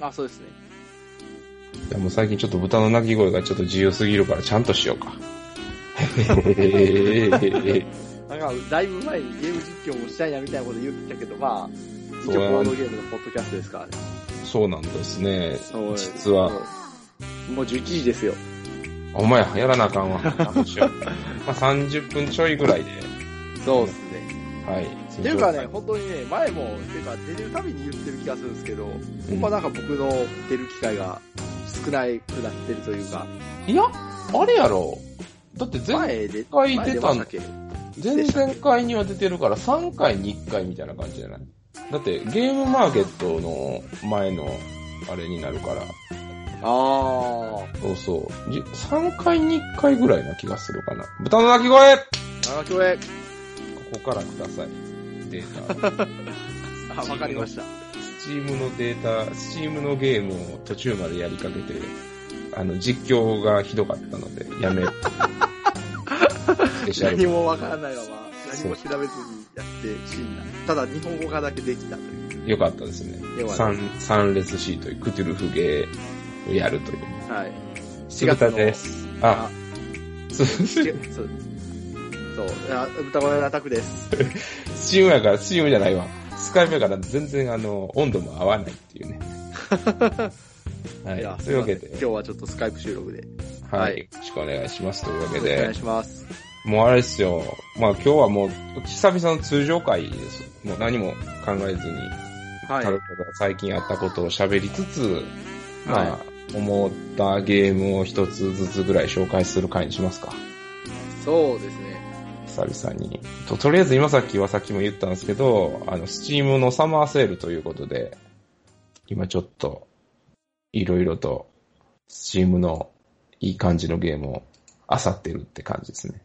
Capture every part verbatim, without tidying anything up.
あ、そうですね。 いやもう最近ちょっと豚の鳴き声がちょっと自由すぎるからちゃんとしようか。 なんか、だいぶ前にゲーム実況もしたいなみたいなこと言ってたけど、まあ、一応ボードゲームのポッドキャストですからね。 そうなんですね。実は。 もうじゅういちじですよ。 お前やらなあかんわ。まあさんじゅっぷんちょいぐらいで。 そうですね。 はい。 っていうかね、本当にね、前も、っていうか出てるたびに言ってる気がするんですけど、ほんまなんか僕の出る機会が少なくなってるというか。 いや、あれやろ。だって前回出たんだっけ？前々回には出てるからさんかいにいっかいみたいな感じじゃない？だってゲームマーケットの前のあれになるから。 ああ。 そうそう。さんかいにいっかいぐらいな気がするかな。豚の鳴き声！ 鳴き声！ ここからください。データ。あ、わかりました。 スチームのデータ、スチームのゲームを途中までやりかけて、あの、実況がひどかったので、やめ何もわからないまま、何も調べずにやって死んだ。ただ日本語がだけできたという。 よかったですね。三、三列 C というクトゥルフゲーをやるという。 はい。 しがたです。あ、 そう。そう。そう。豚小屋のアタックです。 スチームやから、スチームじゃないわ。スカイプやから全然あの、温度も合わないっていうね。はい。というわけで。 今日はちょっとスカイプ収録で。 はい。はい、よろしくお願いします。というわけで。 お願いします。 もうあれですよ。まあ今日はもう、久々の通常会です。もう何も考えずに、はい、ただただ最近あったことを喋りつつ、まあ、はい、思ったゲームを一つずつぐらい紹介する回にしますか。 そうですね。 久々に。と、とりあえず今さっきはさっきも言ったんですけど、あの、スチームのサマーセールということで、今ちょっと、いろいろと、スチームのいい感じのゲームを漁ってるって感じですね。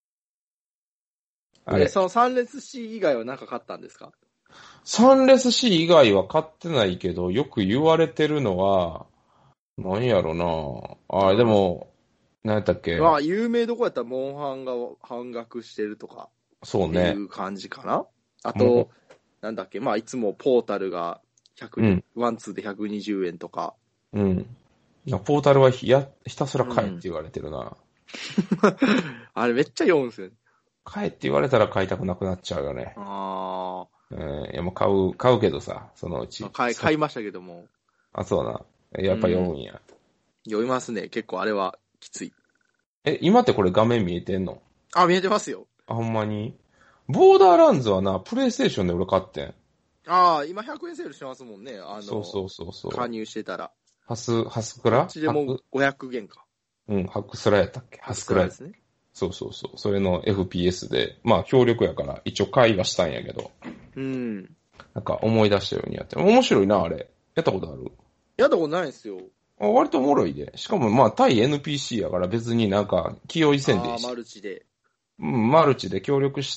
あれ、そのさん列 C 以外は何か買ったんですか？ さん 列 C 以外は買ってないけど、よく言われてるのは、何やろなあ、でも、何やったっけ？ まあ、有名どこやったらモンハンが半額してるとか。 そうね。 いう感じかな。あと、なんだっけ、まあ、いつもポータルがひゃく、うん、ワンツーでひゃくにじゅうえんとか。 うん。いや、ポータルはひやひたすら買えって言われてるな。 うん、あれめっちゃ読むんですよね。 買えって言われたら買いたくなくなっちゃうよね。 ああ。うん。いや、もう買う、買うけどさ、そのうち。 買い、買いましたけども。 あ、そうな。やっぱ読むんや、うん。 読みますね。結構あれはきつい。 え、今ってこれ画面見えてんの？ あ、見えてますよ。 あ、ほんまに？ボーダーランズはな、プレイステーションで俺買ってん。 ああ、今ひゃくえんセールしてますもんね。あの、 そうそうそうそう。 加入してたら。 ハス、ハスクラ？こっちでもごひゃくえんか。 うん、ハクスラやったっけ？ハスクラですね。そうそうそう。それの エフピーエス で、まあ、協力やから、一応会話したんやけど。 うん。 なんか思い出したようにやって。面白いな、あれ。やったことある？ やったことないですよ。 あ、割とおもろいで。しかもまあ、対 エヌピーシー やから別になんか、気負いせんでいいし。 あ、マルチで。 うん、マルチで協力して、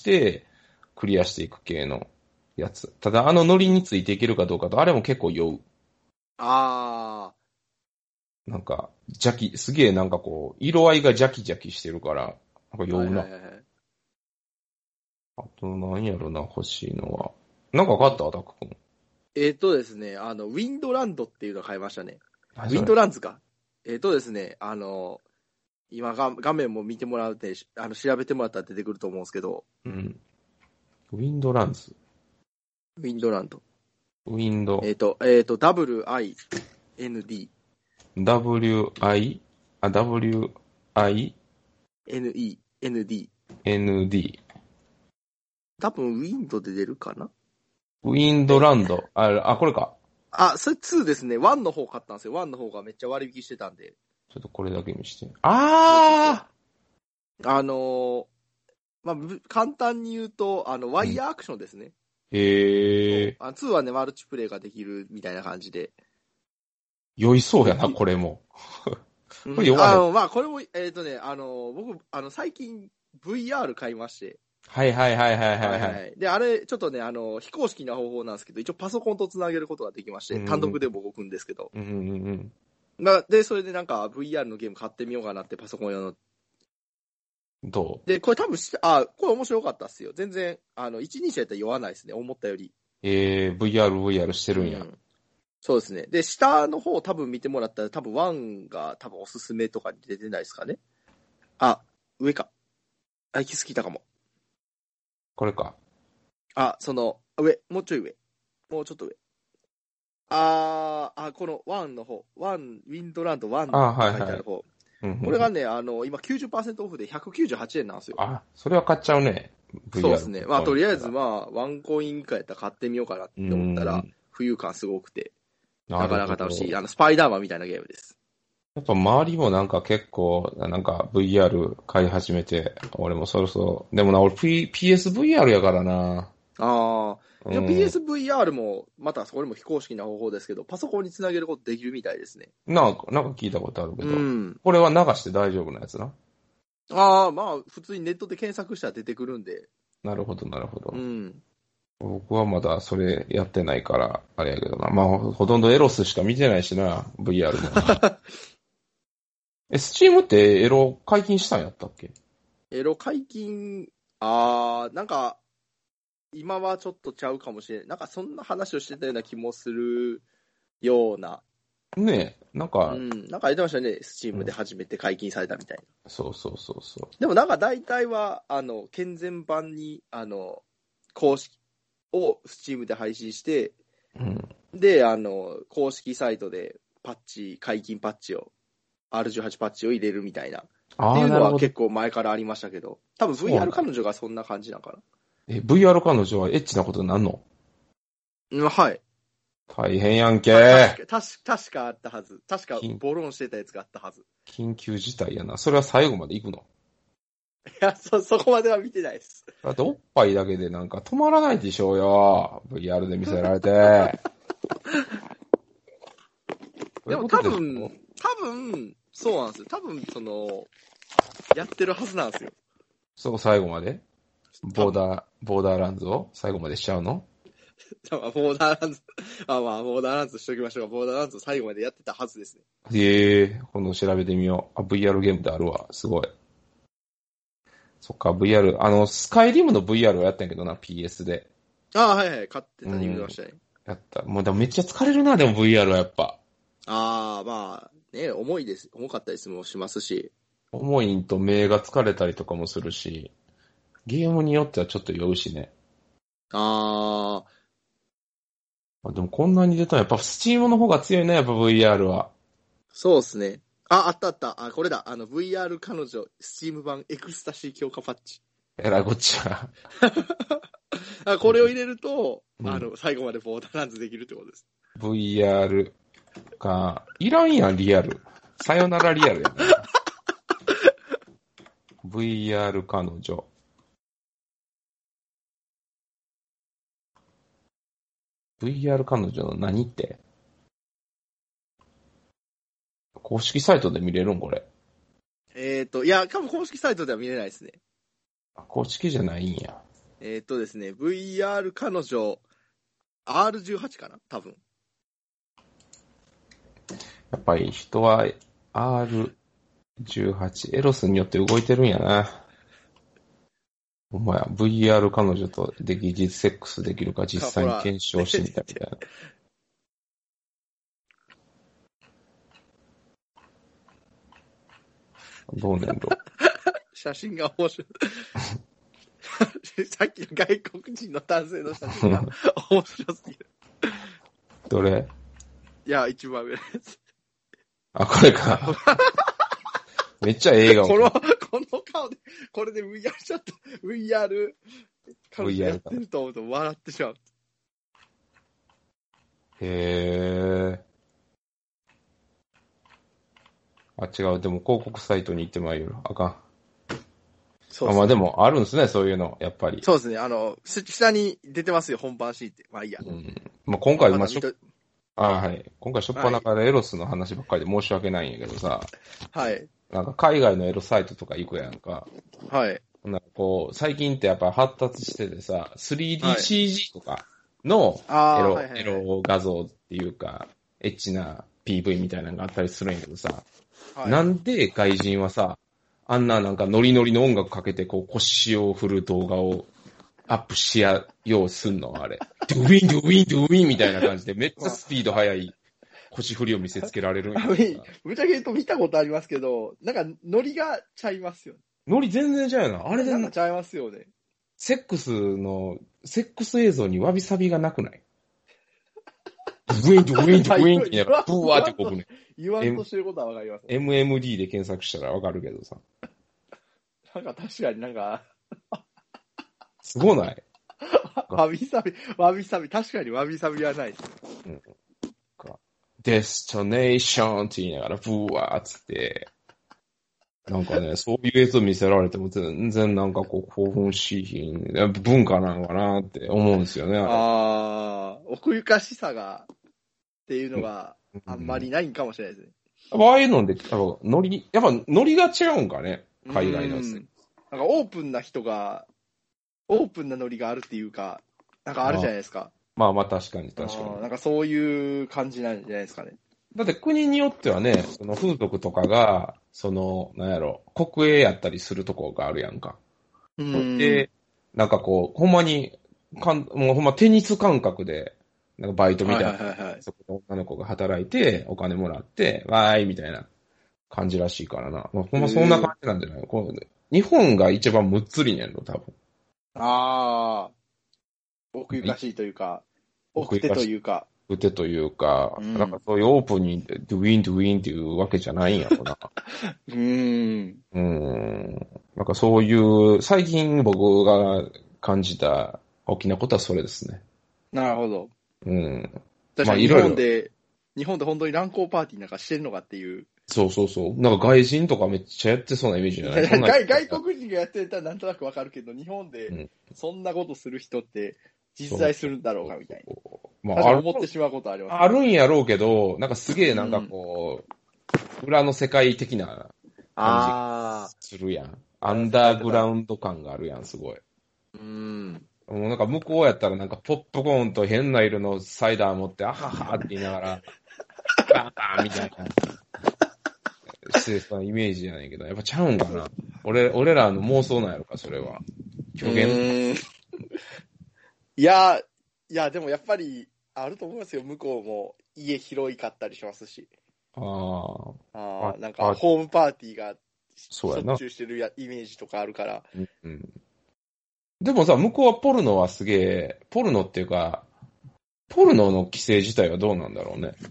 クリアしていく系のやつ。ただ、あのノリについていけるかどうかと、あれも結構酔う。 ああ。 なんか、邪気、すげえなんかこう、色合いが邪気邪気してるから、なんか酔うな。はいはいはい、あと、何やろな、欲しいのは。なんか買った？アタック君。 えっ、ー、とですね、あの、ウィンドランドっていうのを買いましたね。ウィンドランズか。えっ、ー、とですね、あの、今が画面も見てもらうて、あの、調べてもらったら出てくると思うんですけど。 うん。ウィンドランズ。 ウィンドランド。 ウィンド。 えっ、ー、と、えっ、ー、と、ダブリューアイエヌディー。 ダブリューアイ? あ、ダブリューアイ? エヌイー、エヌディー。 エヌディー。 多分、ウィンドで出るかな？ ウィンドランド。あ、あ、これか。 あ、それツーですね。ワンの方買ったんですよ。ワンの方がめっちゃ割引してたんで。 ちょっとこれだけ見して。あーあのー、まあ、簡単に言うと、あの、ワイヤーアクションですね。 うん、へえ。 あ、ツーはね、マルチプレイができるみたいな感じで。 酔いそうやな、これも。 これ弱い。あの、まあ、これも、えっ、ー、とね、あの、僕、あの、最近 ブイアール 買いまして。 はいはいはいはいはい、はいはい。 で、あれ、ちょっとね、あの、非公式な方法なんですけど、一応パソコンとつなげることができまして、うん、単独でも動くんですけど。 うんうんうん。 まあ、で、それでなんか ブイアール のゲーム買ってみようかなって、パソコン用の。 どう？ で、これ多分、あ、これ面白かったっすよ。全然、あの、一人称やったら酔わないですね、思ったより。 えー、ブイアール、ブイアール してるんや。うん、 そうですね。で、下の方多分見てもらったら多分ワンが多分おすすめとかに出てないですかね。あ、上か。あ、行き過ぎたかも。 これか。 あ、その、上、もうちょい上。もうちょっと上。あー、あ、このワンの方。ワン、ウィンドランドワンってあはいはい書いてある方。 うんうんうんこれがね、あの、今きゅうじゅっパーセントオフでひゃくきゅうじゅうはちえんなんですよ。 あ、それは買っちゃうね。 そうですね。まあ、とりあえず、 あ、 まあ、ワンコイン以下やったら買ってみようかなって思ったらうーん、 浮遊感すごくて、 ななかるほど。 なか楽しい。あの、スパイダーマンみたいなゲームです。 やっぱ周りもなんか結構、なんか ブイアール 買い始めて、俺もそろそろ、でもな、俺 P、ピーエスブイアール やからな。 ああ。 うん。 でも ピーエスブイアール も、またこれも非公式な方法ですけど、パソコンにつなげることできるみたいですね。 なんか、なんか聞いたことあるけうど、 ん。 これは流して大丈夫なやつな。 ああ、まあ、普通にネットで検索したら出てくるんで。 なるほど、なるほど。 うん。 僕はまだそれやってないから、あれやけどな。まあ、ほほとんどエロスしか見てないしな、ブイアール も。え、スチームってエロ解禁したんやったっけ？ エロ解禁、ああ、なんか、今はちょっとちゃうかもしれない。なんかそんな話をしてたような気もするような。 ねえ、なんか、 うん。なんか言ってましたね。スチームでうん初めて解禁されたみたいな。 そうそうそうそでもなんか大体は、あの、健全版に、あの、公式をスチームで配信して、 う。うん。 で、あの、公式サイトでパッチ、解禁パッチを、アールじゅうはち パッチを入れるみたいな。ってああ、 いうなるほど。 のは結構前からありましたけど、多分そうなんブイアールだ彼女がそんな感じなのかえ、ブイアール 彼女はエッチなことになんの？ な。うん、はい。 大変やんけたー。 確か、確か、確かあったはず。確か、 緊ボロンしてたやつがあったはず。 緊急事態やな。それは最後まで行くの？ いや、そ、そこまでは見てないです。 だっておっぱいだけでなんか止まらないでしょうよ。ブイアール で見せられて。 でも多分、多分、そうなんですよ。多分、その、やってるはずなんですよ。 そう、最後までボーダー、ボーダーランズを最後までしちゃうの？ まあ、ボーダーランズ、あまあ、ボーダーランズしときましょうか。ボーダーランズ最後までやってたはずですね。 ええー、今度調べてみよう。あ、ブイアール ゲームであるわ。すごい。そっか、ブイアール、あの、スカイリムの ブイアール をやったんやけどな、ピーエス で。 ああ、はいはい。買ってたに見てましたね。 やった。もうでもめっちゃ疲れるな、でも ブイアール はやっぱ。 ああ、まあ、ね、重いです。重かったりもしますし。 重いんと目が疲れたりとかもするし、ゲームによってはちょっと酔うしね。 ああ、 あでもこんなに出たらやっぱスチームの方が強いね、やっぱ ブイアール は。 そうですね。あ、あったあった。あ、これだ。あの、ブイアール 彼女、スチーム版エクスタシー強化パッチ。 えらいこっちゃ。 あ、これを入れると、 うん、 あの、最後までボーダーランズできるってことです。 ブイアール か、いらんやん、リアル。さよならリアルやな。ブイアール 彼女。ブイアール 彼女の何って？公式サイトで見れるんこれ。 えっ、ー、と、いや、多分公式サイトでは見れないですね。 公式じゃないんや。 えっ、ー、とですね、ブイアール 彼女、アールじゅうはち かな多分。 やっぱり人は アールじゅうはち、エロスによって動いてるんやな。お前 ブイアール 彼女とで疑似セックスできるか実際に検証してみたみたいな。どうねんろ。 写真が面白い。さっきの外国人の男性の写真が面白すぎる。 どれ？ いや、一番上のやつ。 あ、これか。めっちゃ映画を。 この、この顔で、これで ブイアール ちょっと、ブイアール、彼女やってると思うと笑ってしまう。 へー。あ、違う。でも広告サイトに行ってまいる。あかん。 そうあ、まあでもあるんですね、そういうの、やっぱり。 そうですね。あの、下に出てますよ、本番シーンって。まあいいや。 うん。まあ今回、まあしょ、 まあはい。今回しょっぱなからエロスの話ばっかりで申し訳ないんやけどさ。 はい。 なんか海外のエロサイトとか行くやんか。 はい。 なんかこう、最近ってやっぱ発達しててさ、スリーディーシージー とかのエロ、 はいはいはい、 エロ画像っていうか、エッチな ピーブイ みたいなのがあったりするんやけどさ、はい、なんで外人はさ、あんななんかノリノリの音楽かけてこう腰を振る動画をアップしやようすんのあれ。 ドゥウィンドゥウィンドゥウィンみたいな感じで、めっちゃスピード速い腰振りを見せつけられるんや。 ぶっちゃけ言うと見たことありますけど、なんかノリがちゃいますよね。 ノリ全然ちゃうよな。あれでなんかちゃいますよね。 セックスの、セックス映像にわびさびがなくない？ドゥウィンドゥウィンドゥウィンって言いながら、ブワーってこぶね。 言わんとしてることはわかります、ね。 エムエムディー で検索したらわかるけどさ。 なんか確かになんか、 すごない？ わびさび、わびさび、確かにわびさびはない。 うん。デストネーションって言いながら、ブワーっつって、なんかね、そういう映像見せられても全然なんかこう興奮しひん、文化なのかなって思うんですよね。あああ、奥ゆかしさが、っていうのがあんまりないんかもしれないですね。 やっぱああいうので、やっぱノリ、やっぱノリが違うんかね、海外のやつ。 なんかオープンな人が、オープンなノリがあるっていうか、なんかあるじゃないですか。 まあまあ確かに確かに。 なんかそういう感じなんじゃないですかね。 だって国によってはね、その風俗とかが、その、なんやろ、国営やったりするとこがあるやんか。 うんで、なんかこう、ほんまに、かんもうほんまテニス感覚で、なんかバイトみたいな、 はいはいはいはい、 そこの女の子が働いて、お金もらって、わーいみたいな感じらしいからな。まあ、ほんまそんな感じなんじゃないの？こう日本が一番むっつりねんの、多分。 ああ、奥ゆかしいというか、奥手というか。 奥手というか、 うん、 なんかそういうオープンにドゥウィンドゥウィンっていうわけじゃないんやろな。 うーん。 うーん。なんかそういう、最近僕が感じた大きなことはそれですね。 なるほど。 うん。 確かに日本で、日本で本当に乱交パーティーなんかしてるのかっていう。 そうそうそう。なんか外人とかめっちゃやってそうなイメージじゃない？ 外外国人がやってたらなんとなくわかるけど、日本でそんなことする人って実在するんだろうかみたいな。まあ、思ってしまうことあります、ね。 あるんやろうけど、なんかすげえなんかこう、うん、裏の世界的な感じするやん。アンダーグラウンド感があるやん、すごい。 うん。 もうなんか向こうやったらなんかポップコーンと変な色のサイダー持って、あははって言いながら、バーカーみたいな。してそうなイメージじゃないけど、やっぱちゃうんかな。俺、俺らの妄想なんやろか、それは。表現。 いや、いや、でもやっぱり、あると思いますよ。向こうも家広いかったりしますし。 ああ。あなんか、ホームパーティーがしょっちゅうしてるやイメージとかあるから。 うんうん、でもさ、向こうはポルノはすげえ、ポルノっていうか、ポルノの規制自体はどうなんだろうね。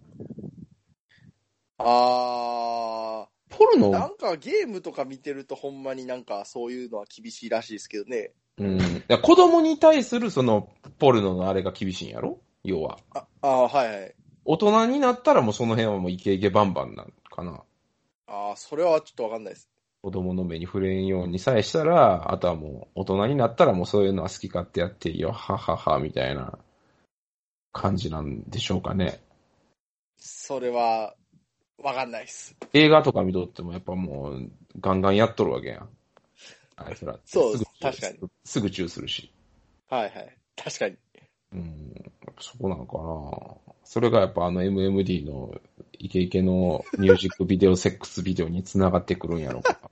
あー。 ポルノなんかゲームとか見てるとほんまになんかそういうのは厳しいらしいですけどね。 うん。子供に対するそのポルノのあれが厳しいんやろ？要は。 あ、あはいはい。 大人になったらもうその辺はもうイケイケバンバンなんかな。 ああ、それはちょっとわかんないです。 子供の目に触れんようにさえしたら、あとはもう大人になったらもうそういうのは好き勝手やっていいよ、ははは、みたいな感じなんでしょうかね。 それは、わかんないです。 映画とか見とってもやっぱもうガンガンやっとるわけやん。あいつら。 そうです。確かに。 すぐチューするし。 はいはい。確かに。 うん。やっぱそこなのかな。それがやっぱあの エムエムディー のイケイケのミュージックビデオ、セックスビデオに繋がってくるんやろうか。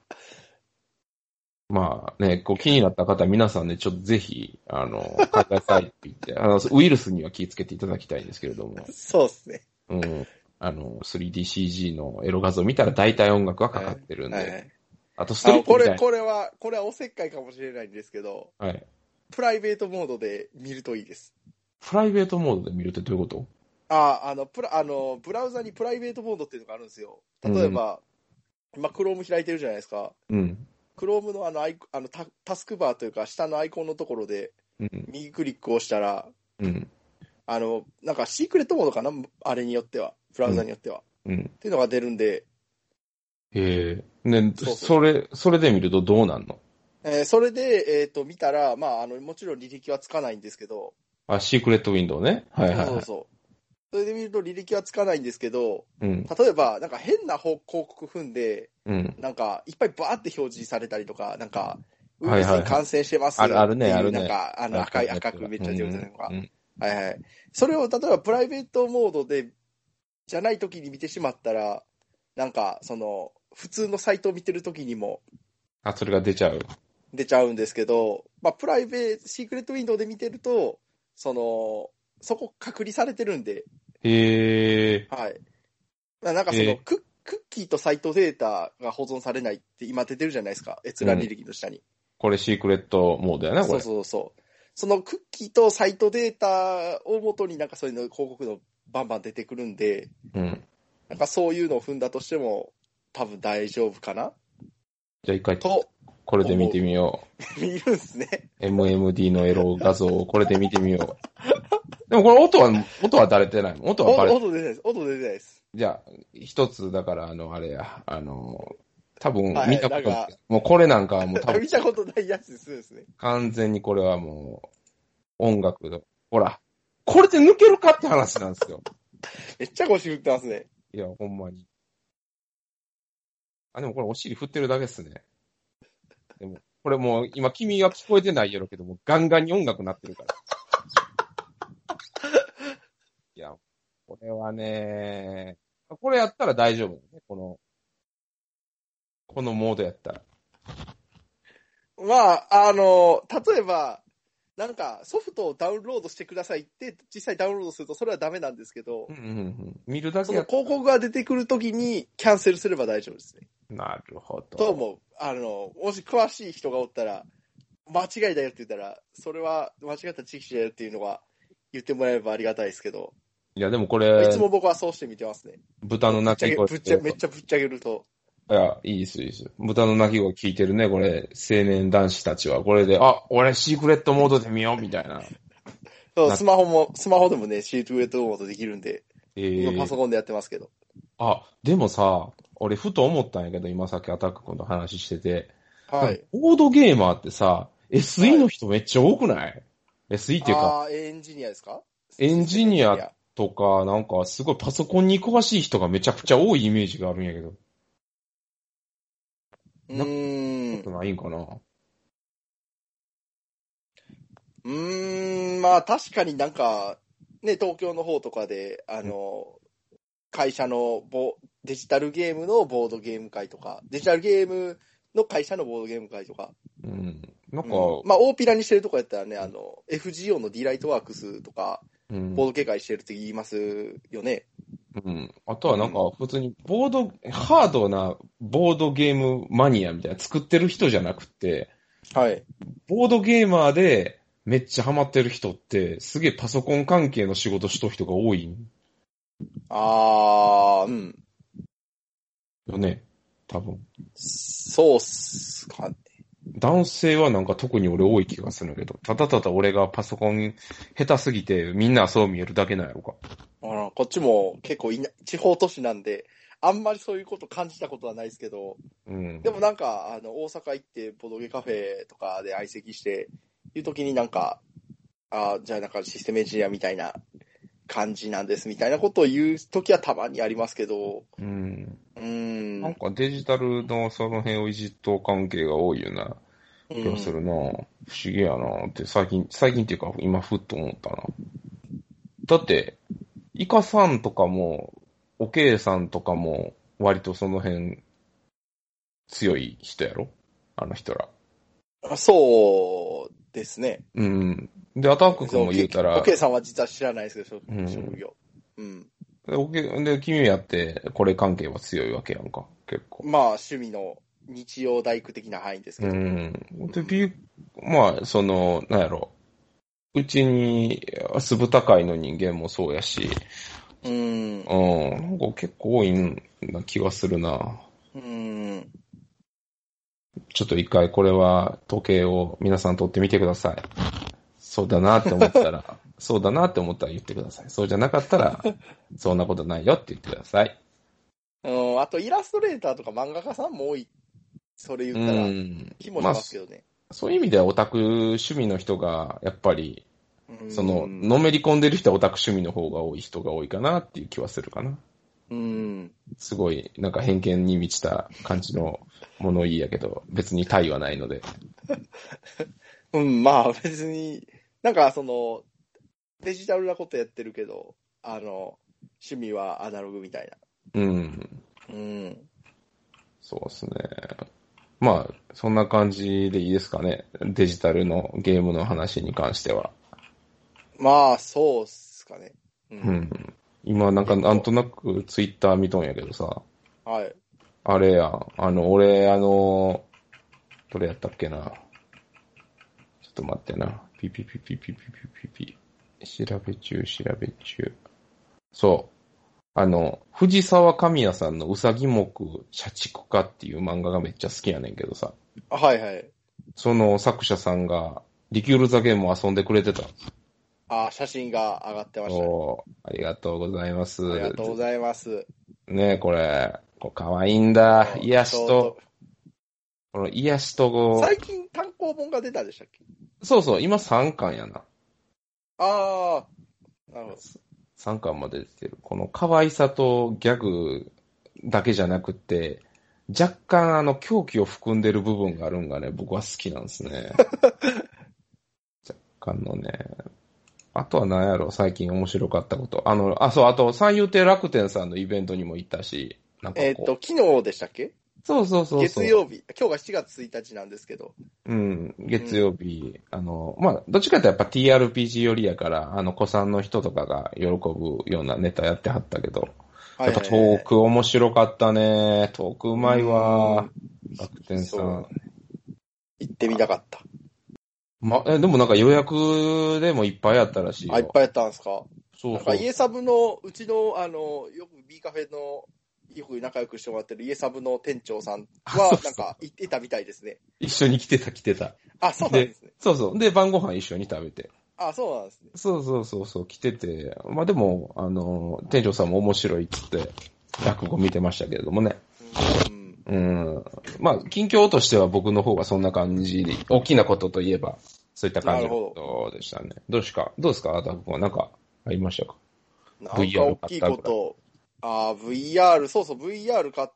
まあね、こう気になった方、皆さんね、ちょっとぜひ、あの、買いなさいって言って、あの、ウイルスには気をつけていただきたいんですけれども。 そうですね。 うん。あの、スリーディーシージー のエロ画像見たら大体音楽がかかってるんで。はいはい、あとストリップみたいな。 これ、これは、これはおせっかいかもしれないんですけど、 はい。 プライベートモードで見るといいです。 プライベートモードで見るってどういうこと？ ああ、あの、プラ、あの、ブラウザにプライベートモードっていうのがあるんですよ。例えば、うん、今、Chrome 開いてるじゃないですか。 うん。 Chrome のあのアイあの タ, タスクバーというか、下のアイコンのところで、右クリックをしたら、うん、あの、なんかシークレットモードかな、あれによっては、ブラウザによっては。うん。っていうのが出るんで。 へえ。ね、そうそう、それ、それで見るとどうなんの？ えー、それで、えっと、見たら、まあ、あの、もちろん履歴はつかないんですけど。 あ、シークレットウィンドウね。はいはい、はい。 そうそう。それで見ると履歴はつかないんですけど、うん、例えば、なんか変な広告踏んで、うん、なんか、いっぱいバーって表示されたりとか、なんか、ウイルスに感染してますよっていう、はいはいはい、あるね、あるね。なんか、あの、赤い、赤くめっちゃ出るじゃないですか。はいはい。それを、例えば、プライベートモードで、じゃない時に見てしまったら、なんか、その、普通のサイトを見てる時にも、 あ、それが出ちゃう。 出ちゃうんですけど、まあ、プライベート、シークレットウィンドウで見てると、 その、そこ隔離されてるんで。 へー。 はい。なんかそのク、クッキーとサイトデータが保存されないって今出てるじゃないですか。閲覧履歴の下に。うん、 これシークレットモードやな、これ。 そうそうそう。そのクッキーとサイトデータをもとになんかそういうの広告のバンバン出てくるんで、 うん。 なんかそういうのを踏んだとしても多分大丈夫かな。 じゃあ一回と、これで見てみよう。見るんすね。 エムエムディー のエロ画像をこれで見てみよう。でもこれ音は、音は垂れてない。音はバレてない。 音出てないです。音出てないです。 じゃあ、一つ、だから、あの、あれや、あの、多分、見たことない。もうこれなんかはもう多分。 見たことないやつですね。 完全にこれはもう、音楽の、ほら、これで抜けるかって話なんですよ。 めっちゃ腰振ってますね。 いや、ほんまに。あ、でもこれお尻振ってるだけっすね。でも、これもう、今君は聞こえてないやろけども、ガンガンに音楽鳴ってるから。いや、これはね、これやったら大丈夫だよね、この、このモードやったら。 まあ、あの、例えば、なんかソフトをダウンロードしてくださいって実際ダウンロードするとそれはダメなんですけど、 うんうんうん、見るだけその広告が出てくるときにキャンセルすれば大丈夫ですね。 なるほど。 と思う。あの、もし詳しい人がおったら、間違いだよって言ったら、それは間違った知識だよっていうのは言ってもらえればありがたいですけど。 いや、でもこれ、 いつも僕はそうして見てますね。 豚の鳴き声。 ぶっちゃめっちゃぶっちゃけると。 いや、いいです、いいです。豚の鳴き声聞いてるね、これ、青年男子たちは。これで、あ、俺シークレットモードで見よう、みたいな。 そう、スマホも、スマホでもね、シークレットモードできるんで、えー、今パソコンでやってますけど。 あ、でもさ、俺ふと思ったんやけど、今さっきアタック君と話してて。 はい。 ボードゲーマーってさ、エスイー の人めっちゃ多くない、はい、エスイー っていうか。 ああ、エンジニアですか？ エンジニアとか、なんかすごいパソコンに詳しい人がめちゃくちゃ多いイメージがあるんやけど。 うーん。 ことないんかな。 うーん、まあ確かになんか、ね、東京の方とかで、あの、うん、会社のボデジタルゲームのボードゲーム会とか、デジタルゲームの会社のボードゲーム会とか。 うん。なんか、 うん、まあ大ピラにしてるとこやったらね、あの、エフジーオー の D ライトワークスとか、うん、ボードゲー会してるって言いますよね。 うん。あとはなんか、普通にボード、うん、ハードなボードゲームマニアみたいな作ってる人じゃなくて、 はい。 ボードゲーマーでめっちゃハマってる人って、すげえパソコン関係の仕事しとる人が多い。 あー、うん。 よね。多分。 そうっすかね。 男性はなんか特に俺多い気がするけど、ただただ俺がパソコン下手すぎてみんなそう見えるだけなんやろか。 あこっちも結構いな地方都市なんで、あんまりそういうこと感じたことはないですけど、うん、でもなんか、あの、大阪行ってボドゲカフェとかで相席して、いう時になんか、あじゃあなんかシステムエンジニアみたいな感じなんですみたいなことを言う時はたまにありますけど、 うん。 うん。 なんかデジタルのその辺をいじっと関係が多いよな気がするな、うん、不思議やなって最近、最近っていうか今ふっと思ったな。だって、イカさんとかも、おけいさんとかも、割とその辺、強い人やろあの人ら。 あそうですね。 うん。で、アタック君も言うたら。 おけいさんは実は知らないですけど、うん、職業。うん。 で、おけで君やって、これ関係は強いわけやんか、結構。 まあ、趣味の日曜大工的な範囲ですけど。 うん。で、ビまあ、その、なんやろ。うちに、酢豚会の人間もそうやし、 うん。うん。 なんか結構多いんな気がするな。 うん。 ちょっと一回これは時計を皆さん取ってみてください。そうだなって思ったら、そうだなって思ったら言ってください。そうじゃなかったら、そんなことないよって言ってください。 うん、あとイラストレーターとか漫画家さんも多い。それ言ったら、気もしますけどね、 まあ。そういう意味ではオタク趣味の人が、やっぱり、その、のめり込んでる人はオタク趣味の方が多い人が多いかなっていう気はするかな。 うん。 すごい、なんか偏見に満ちた感じの物言いやけど、別に対はないので。 うん、まあ別に、なんかその、デジタルなことやってるけど、あの、趣味はアナログみたいな。うん。 うん。 そうですね。まあ、そんな感じでいいですかね。デジタルのゲームの話に関しては。 まあ、そうっすかね。 うん。うん、今なんかなんとなくツイッター見とんやけどさ。 はい。 あれやん。あの、俺、あの、どれやったっけな。ちょっと待ってな。ピピピピピピピピピ。調べ中、調べ中。そう。あの、藤沢神谷さんのうさぎ目社畜化っていう漫画がめっちゃ好きやねんけどさ。 はいはい。 その作者さんが、リキュールザゲームを遊んでくれてた。 ああ、写真が上がってましたね。 おー、ありがとうございます。 ありがとうございます。 ねえ、これ、これかわいいんだ。癒しと、この癒しと、 最近単行本が出たんでしたっけ？ そうそう、今さんかんやな。 ああ、なるほど。 さんかんまで出てる。この可愛さとギャグだけじゃなくて、若干あの狂気を含んでる部分があるんがね、僕は好きなんですね。若干のね。あとは何やろ、最近面白かったこと。あの、あ、そう、あと三遊亭楽天さんのイベントにも行ったし、なんかこう。 えっと、昨日でしたっけ？ そうそうそうそう。 月曜日。今日がしちがつついたちなんですけど。 うん、月曜日、うん、あの、まあ、どっちかというとやっぱ ティーアールピージー 寄りやから、あの、子さんの人とかが喜ぶようなネタやってはったけど、やっぱトーク面白かったね。トークうまいわ。楽天さん。 行ってみたかった。 ま、え、でもなんか予約でもいっぱいあったらしいよ。 あ、いっぱいやったんですか？ そうそう。 なんか家サブの、うちの、あの、よく B カフェの、よく仲良くしてもらってる家サブの店長さんは、なんか、行ってたみたいですね。 一緒に来てた、来てた。 あ、そうなんですね。 そうそう。で、晩ご飯一緒に食べて。 あ、そうなんですね。 そうそうそうそう、来てて。まあでも、あの、店長さんも面白いっつって、落語見てましたけれどもね。うん。うん。まあ、近況としては僕の方がそんな感じで、大きなことといえば、そういった感じのことでしたね。どうですかどうですかアタックはなんかありましたか？ なんか大きいこと、あ、ブイアール、そうそう、ブイアール 買って、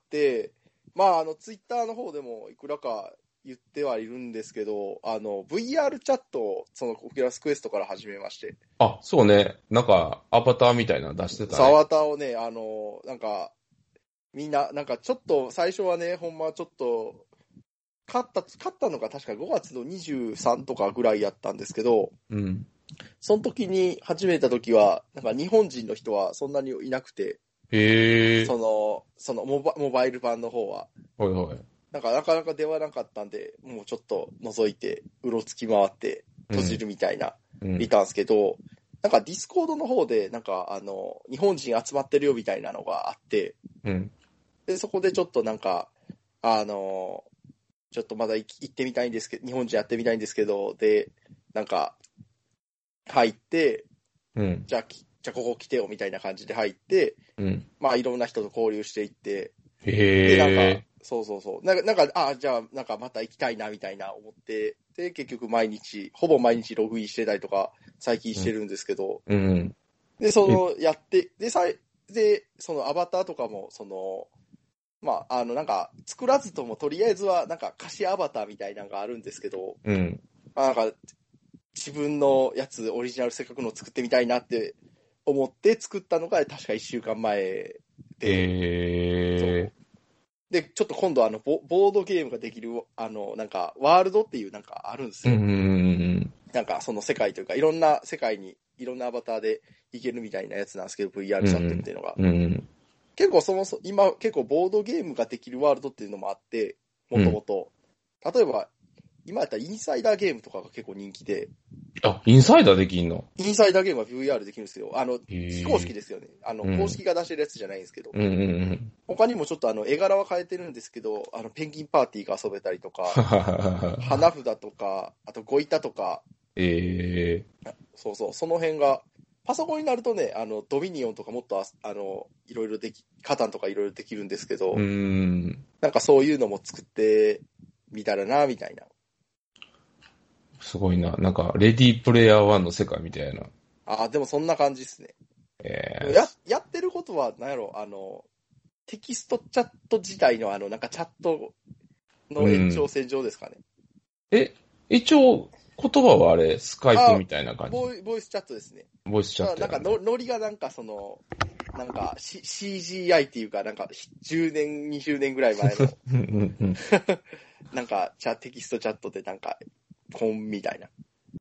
まあ、あの、ツイッターの方でもいくらか言ってはいるんですけど、あの、ブイアール チャットを、その、オキュラスクエストから始めまして。 あ、そうね。なんか、アバターみたいなの出してたね。 アバターをね、あの、なんか、みんな、なんかちょっと、最初はね、ほんまちょっと、勝った、勝ったのが確かごがつのにじゅうさんとかぐらいやったんですけど、 うん。 その時に始めた時は、なんか日本人の人はそんなにいなくて、 へー。 その、そのモバ、モバイル版の方は。 はいはい。 なんかなかなか出はなかったんで、もうちょっと覗いて、うろつき回って閉じるみたいな、うん、見たんですけど、なんかディスコードの方で、なんかあの、日本人集まってるよみたいなのがあって、 うん、 で、そこでちょっとなんか、あの、ちょっとまだ行ってみたいんですけど、日本人やってみたいんですけど、で、なんか、入って、 うん、 じゃあ、じゃあここ来てよみたいな感じで入って、 うん、 まあいろんな人と交流していって、 へー。 で、なんか、そうそうそう。なんか、なんかあ、じゃあ、なんかまた行きたいなみたいな思って、で、結局毎日、ほぼ毎日ログインしてたりとか、最近してるんですけど、 うんうん、 で、その、やって、で、さで、そのアバターとかも、その、まあ、あの、なんか、作らずとも、とりあえずは、なんか、貸しアバターみたいなのがあるんですけど、 うん。 まあ、なんか、自分のやつ、オリジナルせっかくの作ってみたいなって思って作ったのが、確かいっしゅうかんまえで、 えー、で、ちょっと今度あのボ、ボードゲームができる、あの、なんか、ワールドっていうなんかあるんですよ。 うんうんうん、 なんか、その世界というか、いろんな世界に、いろんなアバターで行けるみたいなやつなんですけど、ブイアール チャットっていうのが。 うんうん、 結構そもそも、今、結構ボードゲームができるワールドっていうのもあって、もともと。例えば、今やったらインサイダーゲームとかが結構人気で。 あ、インサイダーできんの？ インサイダーゲームは ブイアール できるんですよ。あの、非公式ですよね。あの、 うん、 公式が出してるやつじゃないんですけど。 うんうんうん、 他にもちょっとあの、絵柄は変えてるんですけど、あの、ペンギンパーティーが遊べたりとか、花札とか、あとゴイタとか、 えー、 そうそう、その辺が、パソコンになるとね、あの、ドミニオンとかもっとあ、あの、いろいろでき、カタンとかいろいろできるんですけど、 うん、 なんかそういうのも作ってみたらな、みたいな。 すごいな。なんか、レディープレイヤーワンの世界みたいな。 ああ、でもそんな感じですね。 えー、 や、やってることは、なんやろ、あの、テキストチャット自体のあの、なんかチャットの延長線上ですかね。 うん、え、一応、言葉はあれ、スカイプみたいな感じ。 ボイ、ボイスチャットですね。 ボイスチャットや、 なんかの、ノリがなんかその、なんか、C、シージーアイ っていうか、なんか、じゅうねん、にじゅうねんぐらい前の、なんか、チャテキストチャットでなんか、本みたいな。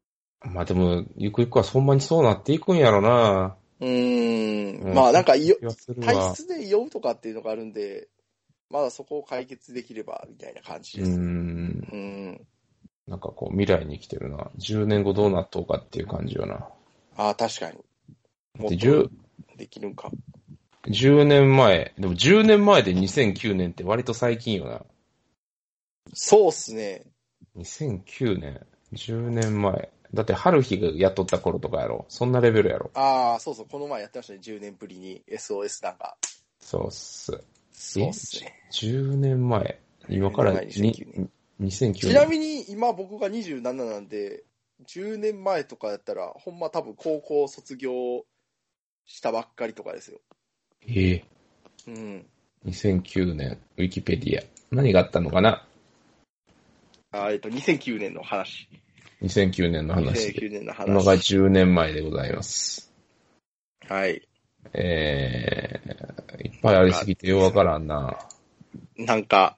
まあでも、ゆくゆくはそんなにそうなっていくんやろな。 うーん。うん、まあなんかよ、体質で酔うとかっていうのがあるんで、まだそこを解決できれば、みたいな感じです。うーん。 うん。なんかこう、未来に来てるな。じゅうねんごどうなっとうかっていう感じよな。 ああ、確かに。 もっとできるんか。 じゅうねんまえ。でもじゅうねんまえでにせんきゅうねんって割と最近よな。 そうっすね。 にせんきゅうねん。じゅうねんまえ。だって、春日がやっとった頃とかやろ。そんなレベルやろ。 ああ、そうそう。この前やってましたね。じゅうねんぶりに エスオーエス なんか。 そうっす。 そうっすね。 じゅうねんまえ。今からにせんきゅうねん。にせんきゅうねん。 ちなみに今僕がにじゅうなななんで、じゅうねんまえとかやったら、ほんま多分高校卒業したばっかりとかですよ。 ええー。うん。にせんきゅうねん、ウィキペディア。何があったのかな？ あえっと、にせんきゅうねんの話。 にせんきゅうねんの話。にせんきゅうねんの話。今がじゅうねんまえでございます。 はい。 えー、いっぱいありすぎてようわからんな。 なんか、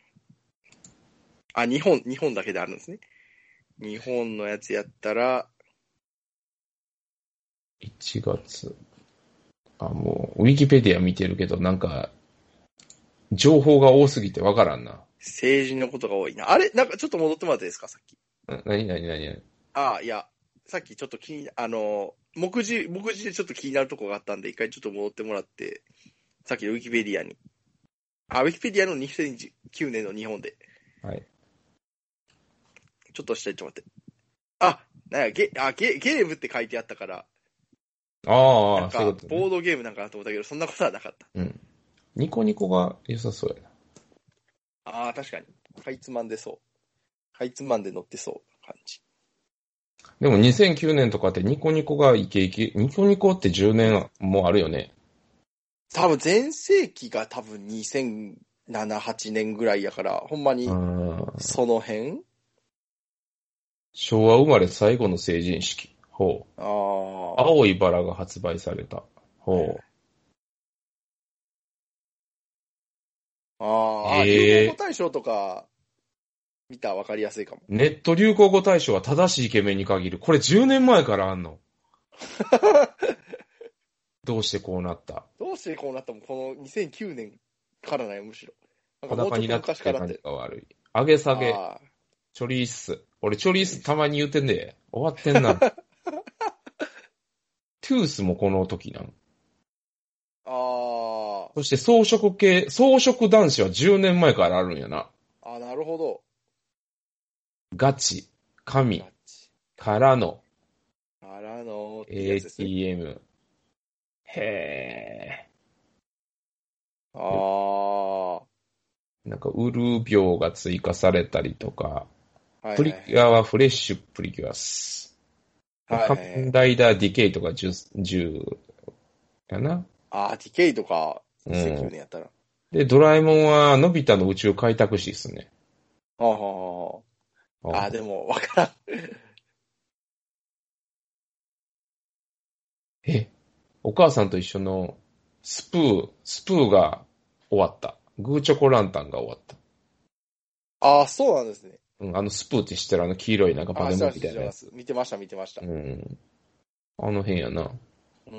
あ、日本、日本だけであるんですね。日本のやつやったら、 いちがつ。あ、もう、ウィキペディア見てるけど、なんか、情報が多すぎてわからんな。 政治のことが多いな。あれなんかちょっと戻ってもらっていいですか、さっき。 な、なになになにああ、いや、さっきちょっと気に、あの、目次、目次でちょっと気になるとこがあったんで、一回ちょっと戻ってもらって、さっきのウィキペディアに。あ、ウィキペディアのにせんきゅうねんの日本で。 はい。 ちょっと下にちょっと待って。あ、なんや、ゲ、あ、ゲ、ゲームって書いてあったから。 ああ、 なんか、ボードゲームなんかなと思ったけど、そんなことはなかった。 うん。ニコニコが良さそうやな。 ああ、確かに。かいつまんでそう。かいつまんで乗ってそう感じ。 でもにせんきゅうねんとかってニコニコがイケイケ、ニコニコってじゅうねんもあるよね。 多分全盛期が多分にせんなな、はちねんぐらいやから、ほんまに、その辺昭和生まれ最後の成人式。ほう。 ああ。 青いバラが発売された。ほう。 ああ、流行語大賞とか、見たらわかりやすいかも。 ネット流行語大賞は正しいイケメンに限る。これじゅうねんまえからあんのどうしてこうなったどうしてこうなったもこのにせんきゅうねんからないむしろ。 なんかもうちょっと昔からって。感じが悪い。上げ下げ。チョリース。俺チョリースたまに言うてんで。終わってんな。トゥースもこの時なの。 ああ。 そして装飾系、装飾男子はじゅうねんまえからあるんやな。 ああ、なるほど。 ガチ、神、からの、 からの、 エーティーエム。へー。ああ。 なんか、ウル病が追加されたりとか、はいはい、プリキュアはフレッシュプリキュアス。はいはいはい、仮面ライダーディケイとかじゅう、じゅうやな。 ああ、ディケイとか、にせんきゅうねんやったら。 うん、で、ドラえもんは、のび太の宇宙開拓士ですね。 ああ、はあ、ああ、でも、わからん。 え、お母さんと一緒のスプー、スプーが終わった。グーチョコランタンが終わった。 ああ、そうなんですね。 うん、あのスプーって知ってるあの黄色いなんかバネモンみたいなやつ。 見てました、見てました。 うん。あの辺やな。 うん。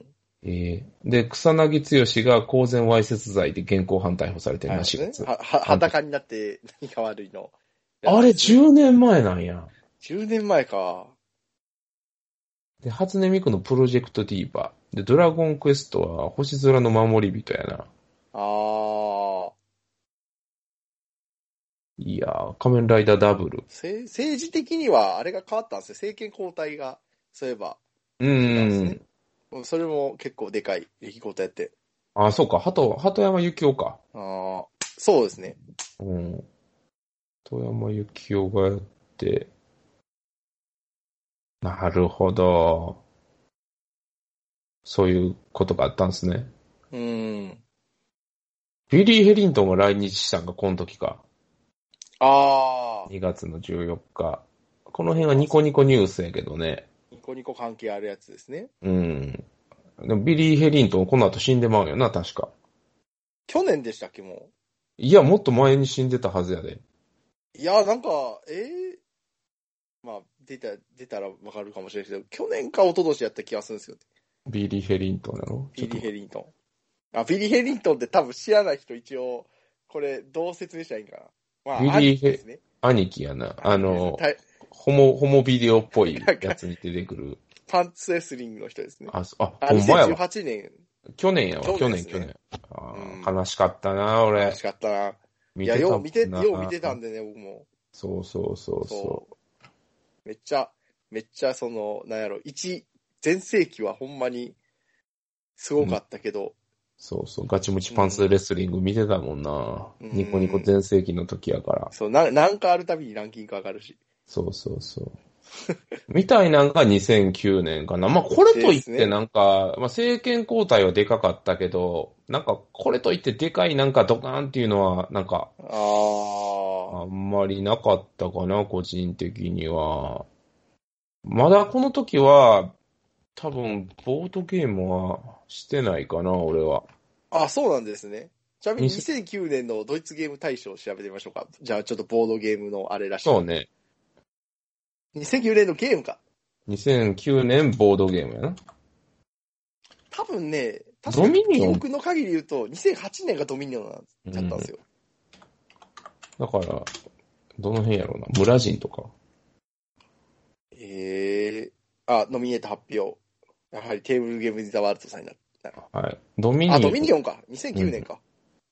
えー、で、草薙剛が公然わいせつ罪で現行犯逮捕されてるな、しがつ。 は、は、裸になって何か悪いの。 あれじゅうねんまえなんや。 じゅうねんまえか。 で、初音ミクのプロジェクトディーバー。で、ドラゴンクエストは星空の守り人やな。 あー。 いやー、仮面ライダーダブル。 政治的にはあれが変わったんですよ。政権交代が、そういえば。 うーん。それも結構でかい出来事やって。 ああ、そうか。鳩、鳩山幸夫か。 ああ、そうですね。 うん。鳩山幸夫がやって。なるほど。そういうことがあったんですね。 うん。 ビリー・ヘリントンが来日したんがこの時か。 ああ。 にがつのじゅうよっか。この辺はニコニコニュースやけどね。 ニコニコ関係あるやつですね。 うん。でもビリー・ヘリントンこの後死んでまうんよな、確か。 去年でしたっけ、もう。 いや、もっと前に死んでたはずやで。 いや、なんか、ええー、まあ、 出た、出たらわかるかもしれないけど、去年か一昨年やった気がするんですよ。 ビリー・ヘリントンやろビリー・ヘリントン。あ、ビリー・ヘリントンって多分知らない人一応、これどう説明したらいいんかな。まあ、 ビリー兄貴ですね。 兄貴やな。あの、ホモ、ホモビデオっぽいやつに出てくる。 パンツレスリングの人ですね。 あ、あ、 あ、ほんまやわ。にせんじゅうはちねん。 去年やわ、去年、去年、ね。あうん、悲しかったな、俺。 悲しかったな。見てたいや、よう見て、よう見てたんでね、僕も。 そうそうそうそう。 めっちゃ、めっちゃその、なんやろ、一、全盛期はほんまに、すごかったけど、うん。 そうそう、ガチムチパンツレスリング見てたもんな。うん、ニコニコ全盛期の時やから。 そう、な、なんかあるたびにランキング上がるし。 そうそうそう。みたいなんがにせんきゅうねんかな。まあ、これといってなんか、ね、まあ、政権交代はでかかったけど、なんか、これといってでかいなんかドカーンっていうのは、なんか、ああんまりなかったかな、個人的には。まだこの時は、多分、ボードゲームはしてないかな、俺は。 あ、そうなんですね。ちなみににせんきゅうねんのドイツゲーム大賞を調べてみましょうか。じゃあちょっとボードゲームのあれらしい。 そうね。 にせんきゅうねんのゲームか。 にせんきゅうねんボードゲームやな。 多分ね、確かに記憶の限り言うと、にせんはちねんがドミニオンなんちゃったんですよ。 うん、だから、どの辺やろうな。村人とか。 ええー、あ、ノミネート発表。やはりテーブルゲームズ・ザ・ワールドさんになった。 はい。ドミニオン。 あ、ドミニオンか。にせんきゅうねんか。うん、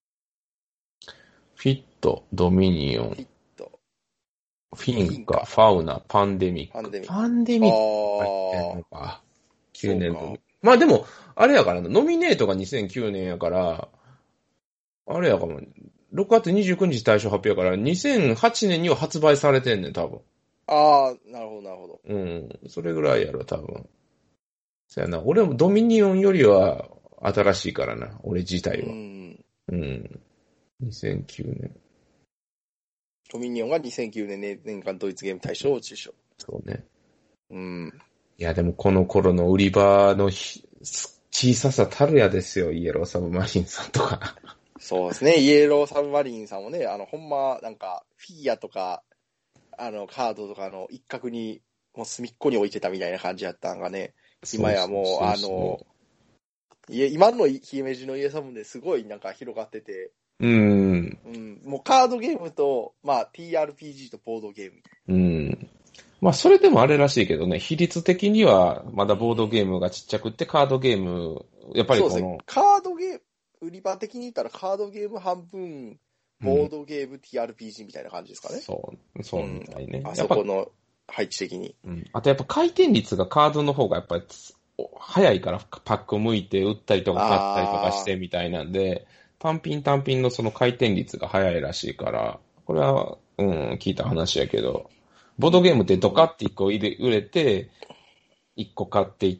フィット、ドミニオン。フィット。フィンカ、ファウナ、パンデミック。 パンデミック。 パンデミック入ってんのか。きゅうねんの。まあでも、あれやからな、ノミネートがにせんきゅうねんやから、あれやから、ろくがつにじゅうくにち対象発表やから、にせんはちねんには発売されてんねん、多分。 ああ、なるほど、なるほど。 うん。それぐらいやろ、多分。そやな。俺もドミニオンよりは新しいからな、俺自体は。うん。うん。にせんきゅうねん。 ドミニオンがにせんきゅうねん年間ドイツゲーム大賞を受賞。 そうね。 うん。 いや、でもこの頃の売り場の小ささたるやですよ、イエローサブマリンさんとか。 そうですね、イエローサブマリンさんもね、あの、ほんま、なんか、フィギュアとか、あの、カードとかの一角に、もう隅っこに置いてたみたいな感じやったんがね、今やもう、あの、今の姫路のイエサブですごいなんか広がってて、 うん。 うん。もうカードゲームと、まあ ティーアールピージー とボードゲーム。 うん。まあそれでもあれらしいけどね、比率的にはまだボードゲームがちっちゃくって、カードゲーム、やっぱりこの。そうですね。 カードゲーム、売り場的に言ったらカードゲーム半分、ボードゲーム、うん、ティーアールピージー みたいな感じですかね。 そう、そうみたいね。 うん、あそこの配置的に。 うん。あとやっぱ回転率がカードの方がやっぱり早いからパックを向いて打ったりとか買ったりとかしてみたいなんで、単品単品のその回転率が早いらしいから、これは、うん、聞いた話やけど、ボードゲームってドカって一個売れ売れて、一個買っていって、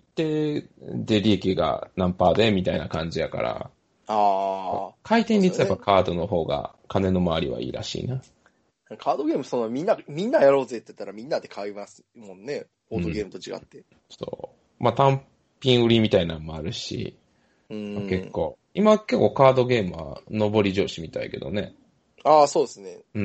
で、利益が何パーでみたいな感じやから、 あ回転率はやっぱカードの方が金の回りはいいらしいな。 カードゲーム、そのみんな、みんなやろうぜって言ったらみんなで買いますもんね。ボードゲームと違って。うん、 そう。まあ単品売りみたいなのもあるし、うん、結構。今結構カードゲームは上り調子みたいけどね。 ああ、そうですね。 うん。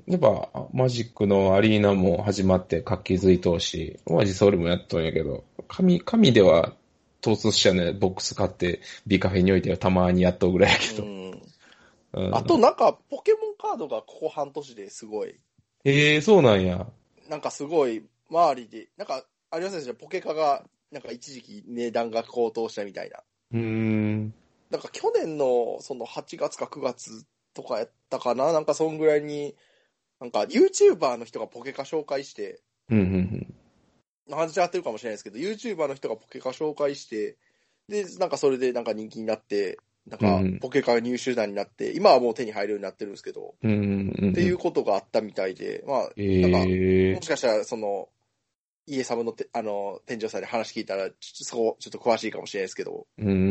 やっぱ、マジックのアリーナも始まって活気づいとうし、まあ実際俺もやっとんやけど、紙、紙では、トース社のボックス買って、ビカフェにおいてはたまにやっとうぐらいやけど。うんうん、あとなんか、ポケモンカードがここ半年ですごい。 へえ、そうなんや。 なんかすごい、周りで、なんか、ありませんでした？ポケカが、なんか一時期値段が高騰したみたいな。 うーん。 なんか去年のそのはちがつかくがつとかやったかな、なんかそんぐらいに、なんか YouTuber の人がポケカ紹介して、 うんうんうん。 話合ってるかもしれないですけど、YouTuber の人がポケカ紹介して、で、なんかそれでなんか人気になって、なんかポケカが入手段になって、うん、今はもう手に入るようになってるんですけど、 うんうんうん、 っていうことがあったみたいで、まあ、 えー、 なんか、もしかしたらその、イエサムのてあの店長さんに話聞いたら、ちょっとそこ、ちょっと詳しいかもしれないですけど、 うんうんうん、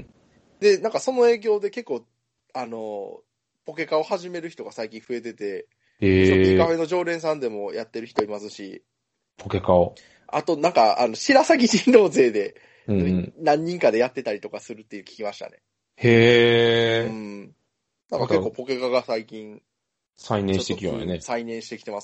で、なんかその影響で結構、あの、ポケカを始める人が最近増えてて、 えー、 ピーカフェの常連さんでもやってる人いますし、 ポケカを。 あと、なんか、あの、白鷺人狼勢で、 うんうん、 何人かでやってたりとかするっていう聞きましたね。 へー。 うん。なんか結構ポケカが最近、 再燃してきよね。 再燃してきてますね。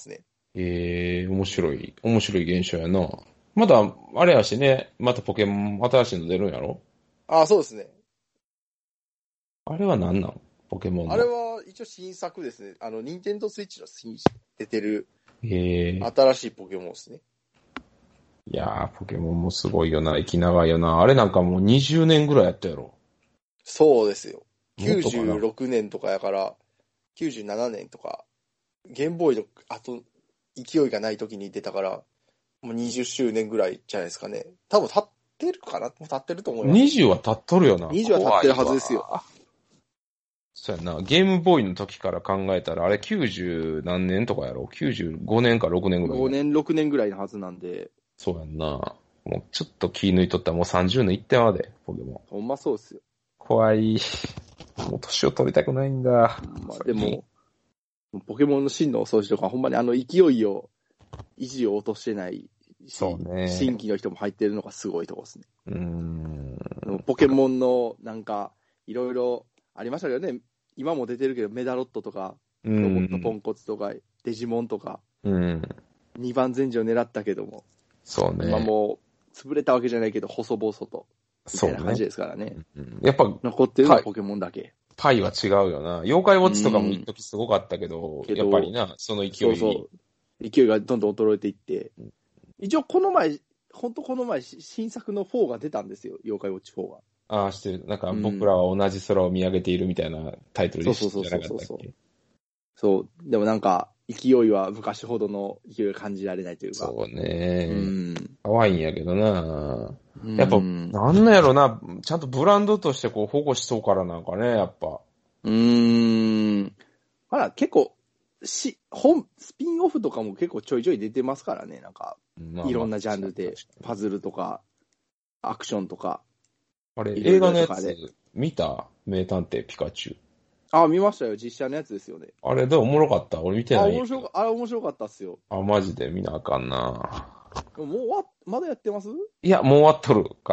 ええー、面白い、面白い現象やな。まだ、あれやしね、またポケモン新しいの出るんやろ？ ああ、そうですね。 あれは何なんポケモンあれの。 は一応新作ですね。あの、ニンテンドースイッチの新出てるええー。 新しいポケモンですね。 いやー、ポケモンもすごいよな、生き長いよな。あれなんかもうにじゅうねんぐらいやったやろ。 そうですよ。 もっとかな。 きゅうじゅうろくねんとかやから、きゅうじゅうななねんとか、ゲームボーイの後、勢いがない時に出たから、もうにじゅっしゅうねんぐらいじゃないですかね。多分経ってるかなもう経ってると思います。 にじゅうは経っとるよな。 にじゅうは経ってるはずですよ。 そうやな。ゲームボーイの時から考えたら、あれきゅうじゅう何年とかやろ ?きゅうじゅうごねんかろくねんぐらい。 ごねん、ろくねんぐらいのはずなんで。 そうやんな。もうちょっと気抜いとったらもうさんじゅうねんいってまで、ポケモン。 ほんまそうっすよ。 怖い。もう年を取りたくないんだ。 まあ、でも、ポケモンの真のお掃除とか、ほんまにあの勢いを、維持を落としてないし、 そうね。 新規の人も入ってるのがすごいとこですね。 うーん。 ポケモンのなんか、いろいろありましたけどね、今も出てるけど、メダロットとか、ロボットポンコツとか、デジモンとか、 うん。 にばん前時を狙ったけども、 そうね。 今もう、潰れたわけじゃないけど、細々と、みたいな感じですからね。ねうん、やっぱ、 残ってるのはポケモンだけ。 パイは違うよな。妖怪ウォッチとかも一時すごかったけど、うん、やっぱりな、その勢い。 そうそう。勢いがどんどん衰えていって。うん、一応この前、ほんとこの前、新作のフォーが出たんですよ。妖怪ウォッチフォーが。 ああ、してる。なんか、僕らは同じ空を見上げているみたいなタイトルでしたじゃなかったっけ？そうそうそうそう。 そう。でもなんか、勢いは昔ほどの勢いが感じられないというか。 そうね。 うん。 可愛いんやけどな。やっぱ、なんなんやろな。ちゃんとブランドとしてこう保護しそうからなんかね、やっぱ。 うーん。まだ結構、し、本、スピンオフとかも結構ちょいちょい出てますからね。なんか、まあまあいろんなジャンルで、パズルとか、アクションとか。 あれ、映画のやつ、見た？名探偵ピカチュウ。 あ、見ましたよ。実写のやつですよね。 あれ、でもおもろかった。俺見てない。あ、 面白か、あれ面白かったっすよ。 あ、マジで見なあかんな。 もうわ、まだやってます？ いや、もう終わっとるから、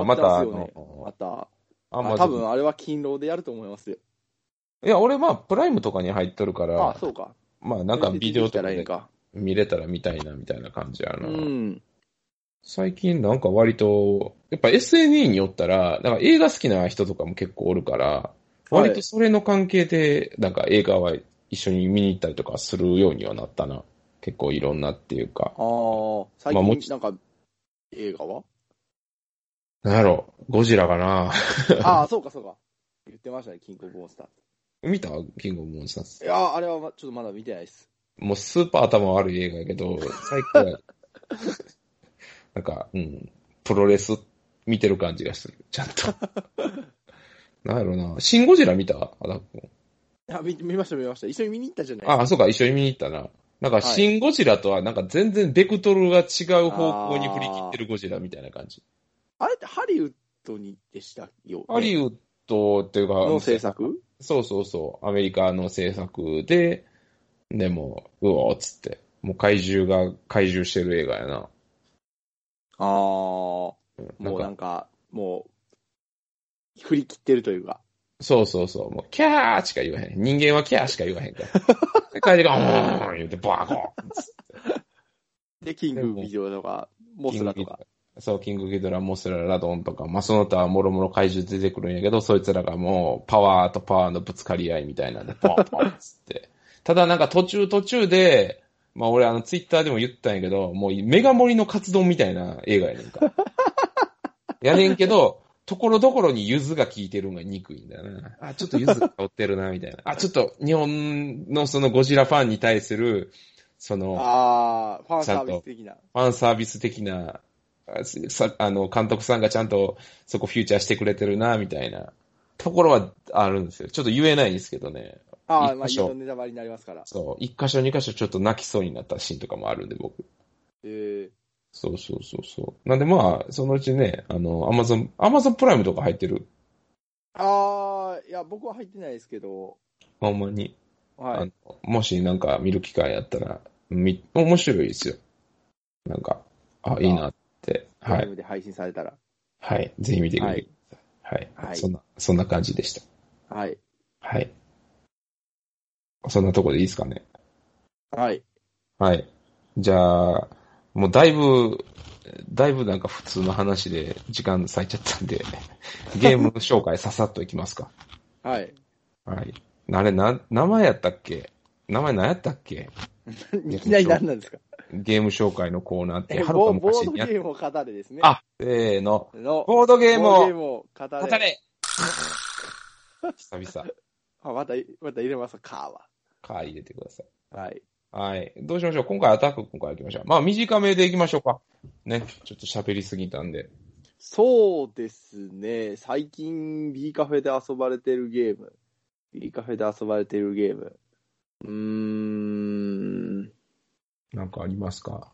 また、あの、 また、 あ、 まあ、多分あれは勤労でやると思いますよ。 いや、俺まあ、プライムとかに入っとるから、 あ、そうか。 まあ、なんかビデオとかで見れたら見たいな、みたいな感じやな。うん。最近なんか割と、やっぱ エスエヌイー によったら、なんか映画好きな人とかも結構おるから、割とそれの関係で、なんか映画は一緒に見に行ったりとかするようにはなったな。結構いろんなっていうか。 ああ、最近、まあ、なんか、映画はなんやろ、ゴジラかな。 ああ、そうかそうか。言ってましたね、キングオブモンスター。 見たキングオブモンスター。 いや、あれはちょっとまだ見てないです。 もうスーパー頭悪い映画やけど、最高や。なんか、うん、プロレス見てる感じがする。ちゃんと。なんやろな。シンゴジラ見た？あだっこ。 いや、見、見ました見ました。一緒に見に行ったじゃないですか。ああ、そうか、一緒に見に行ったな。なんか、シンゴジラとはなんか全然ベクトルが違う方向に振り切ってるゴジラみたいな感じ。 あれってハリウッドにでしたよ、ね。 ハリウッドっていうか、 の制作？ そうそうそう。アメリカの制作で、でも、うおーっつって。もう怪獣が怪獣してる映画やな。 ああ、もうなんか、もう、振り切ってるというか。 そうそうそう。もう、キャーしか言わへん。人間はキャーしか言わへんから。で、怪獣が、うーん言うて、バーコーンつって。 で、キングビデオとか、モスラとか。 そう、キングギドラ、モスラ、ラドンとか、まあ、その他はもろもろ怪獣出てくるんやけど、そいつらがもう、パワーとパワーのぶつかり合いみたいなんで、ポンポンっつって。ただなんか途中途中で、まあ俺あのツイッターでも言ったんやけど、もうメガ盛りのカツ丼みたいな映画やねんか。やねんけど、ところどころに柚子が効いてるのが憎いんだよな。あ、ちょっと柚子が香ってるな、みたいな。あ、ちょっと日本のそのゴジラファンに対する、その、 ああ、ファンサービス的な。 ファンサービス的な、さあの、監督さんがちゃんとそこフューチャーしてくれてるな、みたいなところはあるんですよ。ちょっと言えないんですけどね。 ああ、まあ、言うとネタバレになりますから。 そう。一箇所二箇所ちょっと泣きそうになったシーンとかもあるんで、僕。 ええー。 そうそうそうそう。なんでまあ、そのうちね、あの、アマゾン、アマゾンプライムとか入ってる。 ああ、いや、僕は入ってないですけど。 ほんまに。 はい。 あのもしなんか見る機会あったら、み、面白いですよ。なんか、あ、いいなって。 はい。プライムで配信されたら。 はい。ぜひ見てください。はい。はい。そんな、そんな感じでした。 はい。 はい。そんなとこでいいですかね。 はい。 はい。 じゃあ、もうだいぶ、だいぶなんか普通の話で時間割いちゃったんで、ゲーム紹介ささっといきますか。 はい。 はい。あれ、な、名前やったっけ名前何やったっけいきなり何なんですかゲーム紹介のコーナーって、 はるか昔にやっボードゲームを語れですね。 あ、せーの。のボードゲームを語れ。語れ久々。 あ、また、また入れますか、は。 か入れてください。 はい。 はい。どうしましょう今回アタック君から行きましょう。まあ短めで行きましょうか。ね。ちょっと喋りすぎたんで。 そうですね。最近 B カフェで遊ばれてるゲーム。B カフェで遊ばれてるゲーム。うーん。 なんかありますか？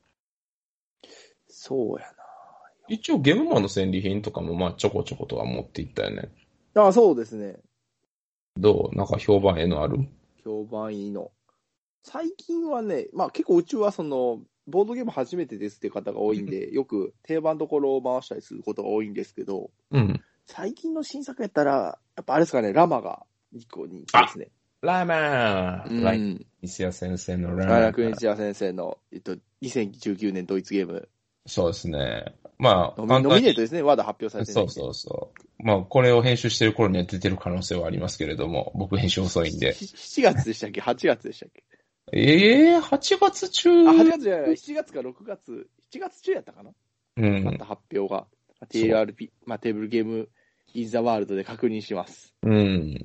そうやな。 一応ゲームマンの戦利品とかもまあちょこちょことは持っていったよね。 あ、そうですね。 どうなんか評判ええのある？ 評判いいの。最近はね、まあ結構うちはその、ボードゲーム初めてですっていう方が多いんで、よく定番どころを回したりすることが多いんですけど、 うん。 最近の新作やったら、やっぱあれですかね、ラマが一個人気ですね。 ラマー、 うん、 ライ西谷先生のラマー。ライク西谷先生の、えっと、にせんじゅうきゅうねんドイツゲーム。 そうですね。まあ、 ノミノミネートですね、まだ発表されてない。 そうそうそう。まあ、これを編集してる頃には出てる可能性はありますけれども、僕編集遅いんで。 しちがつでしたっけ ?はち 月でしたっけええー、はちがつ中。 あ、はちがつじゃない、しちがつかろくがつ、しちがつ中やったかなうん。 また発表が。ティーアールピー、まあ、テーブルゲームインザワールドで確認します。 うん。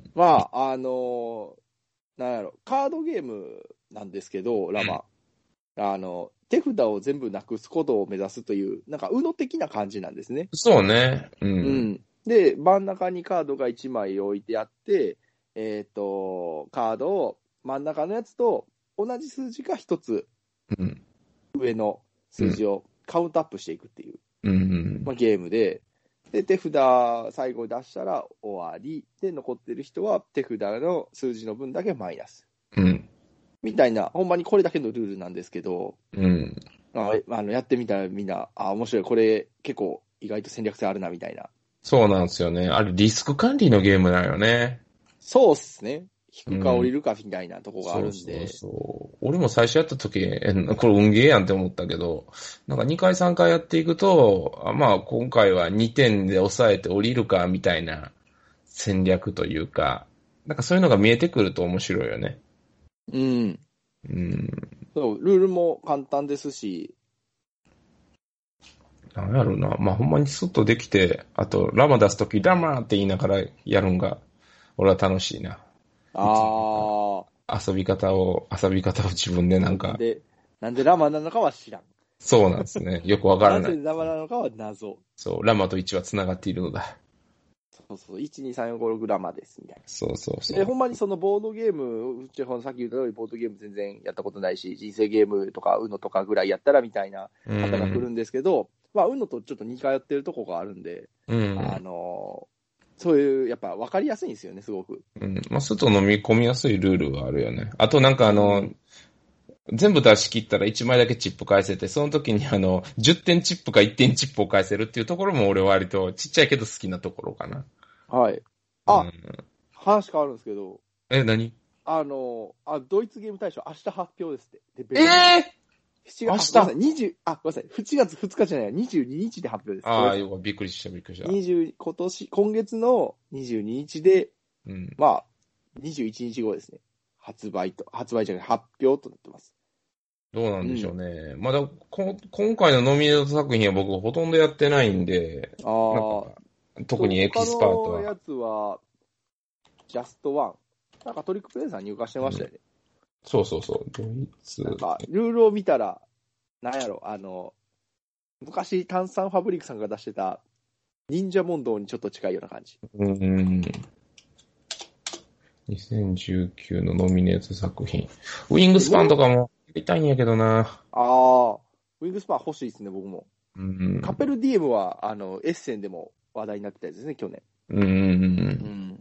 まあ、あのー、なんやろ、カードゲームなんですけど、ラマ。あの、手札を全部なくすことを目指すという、なんか、ウノ的な感じなんですね。 そうね。うん。うん。で、真ん中にカードがいちまい置いてあって、えっ、ー、と、カードを真ん中のやつと同じ数字が一つ上の数字をカウントアップしていくっていう、 うんまあ、ゲームで、で、手札最後に出したら終わり。で、残ってる人は手札の数字の分だけマイナス。 うん。 みたいな、ほんまにこれだけのルールなんですけど、 うん。 ああのやってみたらみんな、あ、面白い、これ結構意外と戦略性あるな、みたいな。 そうなんですよね。あれリスク管理のゲームだよね。 そうっすね。引くか降りるかみたいなとこがあるんで。うん、そうそうそう。俺も最初やった時、え、これ運ゲーやんって思ったけど、なんかにかいさんかいやっていくと、あまあ今回はにてんで抑えて降りるかみたいな戦略というか、なんかそういうのが見えてくると面白いよね。 うん。 うん。 そう、ルールも簡単ですし。 なんやろうな。まあほんまにスッとできて、あとラマ出すときラマーって言いながらやるんが、俺は楽しいな。 ああ。遊び方を、遊び方を自分でなんか。 なんで、なんでラマなのかは知らん。 そうなんですね。よくわからない。 なぜラマなのかは謎。 そう、ラマといちは繋がっているのだ。 そうそう、いち、に、さん、よん、ご、ろくラマです、みたいな。 そうそうそう。 で、ほんまにそのボードゲーム、うちほんさっき言った通りボードゲーム全然やったことないし、人生ゲームとか、ウノとかぐらいやったらみたいな方が来るんですけど、まあ、ウノとちょっと似通ってるとこがあるんで、 うん、 あの、そういう、やっぱ分かりやすいんですよね、すごく。 うん。まあ、外飲み込みやすいルールはあるよね。あとなんかあの、うん、全部出し切ったらいちまいだけチップ返せて、その時にあの、じゅってんチップかいってんチップを返せるっていうところも俺は割とちっちゃいけど好きなところかな。 はい。あ、うん、話変わるんですけど。 え、何？ あの、あ、ドイツゲーム大賞明日発表ですって。 えぇ、 ー、しちがつ、明日にじゅう、あ、ごめんなさい。しちがつふつかじゃない、にじゅうににちで発表です。 ああ、よかびっくりした、びっくりした。 にじゅう、今年、今月のにじゅうににちで、うん、まあ、にじゅういちにちごですね。発売と、発売じゃない、発表となってます。 どうなんでしょうね。うん、まだこ、今回のノミネート作品は僕ほとんどやってないんで、ああ、特にエキスパートは。 他のやつは、ジャストワン。なんかトリックプレイさん入荷してましたよね。 うん、そうそうそう。ドイツ。 なんか、ルールを見たら、なんやろ、あの、昔炭酸ファブリックさんが出してた、忍者問答にちょっと近いような感じ。 うん。にせんじゅうきゅうのノミネート作品。ウィングスパンとかもやりたいんやけどな。 ああ、ウィングスパン欲しいですね、僕も。 うん、 カペル ディーエム は、あの、エッセンでも話題になってたやつですね、去年。 うん。うん。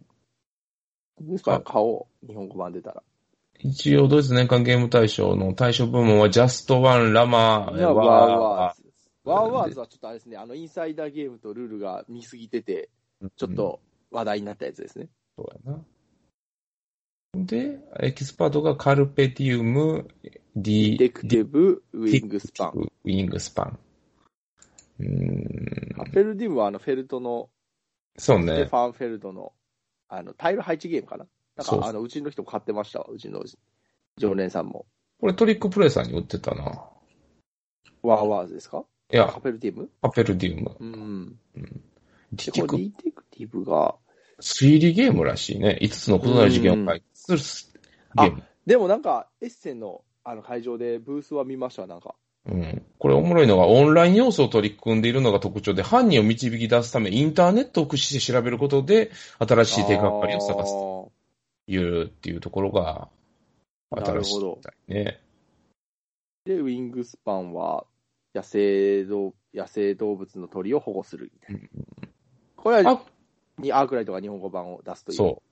ウィングスパン買おう、日本語版出たら。 一応、ドイツ年間ゲーム大賞の大賞部門は、ジャストワン、ラマー、 ワーワーズ。ワーワーズはちょっとあれですね、あの、インサイダーゲームとルールが見すぎてて、ちょっと話題になったやつですね。 そうやな。で、エキスパートがカルペディウム、 ディテクティブウィングスパン。 ウィングスパン。うーん。 カペルディムはあのフェルトの、 そうね。 ステファン・フェルトの、あの、タイル配置ゲームかな。なんか、あの、うちの人も買ってましたわ。うちの常連さんも。 これトリックプレイさんに売ってたな。 ワーワーズですか？ いや。 カペルディム？ カペルディム。 うん。 うん、 ディテク、ディテクティブが、 推理ゲームらしいね。いつつの異なる事件を解決するゲーム。 あ、でもなんか、エッセンのあの会場でブースは見ました、なんか。 うん。これおもろいのが、オンライン要素を取り組んでいるのが特徴で、犯人を導き出すため、インターネットを駆使して調べることで、新しい手がかりを探すというっていうところが、新しいみたいね。 で、ウィングスパンは、野生動、野生動物の鳥を保護するみたいな。うん、これは、にアークライトが日本語版を出すという。 そう。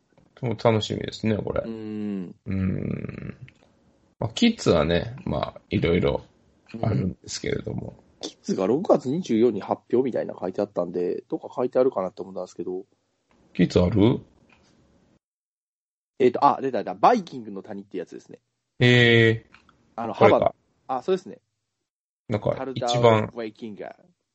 楽しみですね、これ。 うん。 うん。まあ、キッズはね、まあ、いろいろあるんですけれども。 うん、キッズがろくがつにじゅうよっかに発表みたいな書いてあったんで、どっか書いてあるかなって思ったんですけど。 キッズある？ えっ、ー、と、あ、出た出た。バイキングの谷ってやつですね。 へえー。 あの、ハバの。あ、そうですね。 なんか、一番。 バイキング。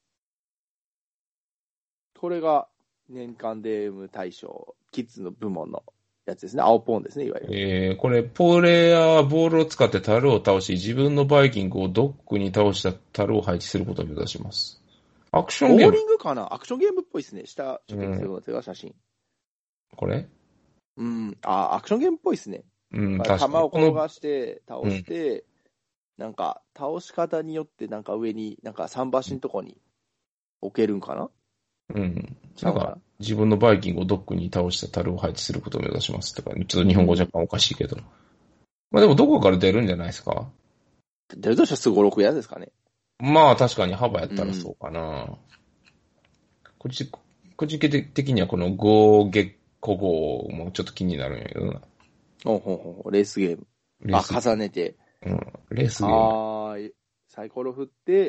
これが年間ゲーム大賞、キッズの部門のやつですね。青ポーンですね、いわゆる。 えー、これ、プレイヤーはボールを使って樽を倒し、自分のバイキングをドックに倒した樽を配置することを目指します。アクションゲーム。 ボーリングかな？アクションゲームっぽいですね。下、ちょっと見せてくださいが、写真。 これ？ うん。あ、アクションゲームっぽいですね。 うん、確かに。 球を転がして、倒して、うん、なんか、倒し方によって、なんか上に、なんか桟橋のとこに置けるんかな？ うん。なんか、自分のバイキングをドックに倒した樽を配置することを目指しますとか、ちょっと日本語若干おかしいけど。まあでもどこから出るんじゃないですか？ 出るとしたらすごろくやですかね。 まあ確かに幅やったらそうかな。うん、個人個人的にはこのゴーゲッコゴーもちょっと気になるんやけどな。 ほうほうほう、レースゲーム。ーあ、重ねて。 うん、レースゲーム。 あー、サイコロ振って、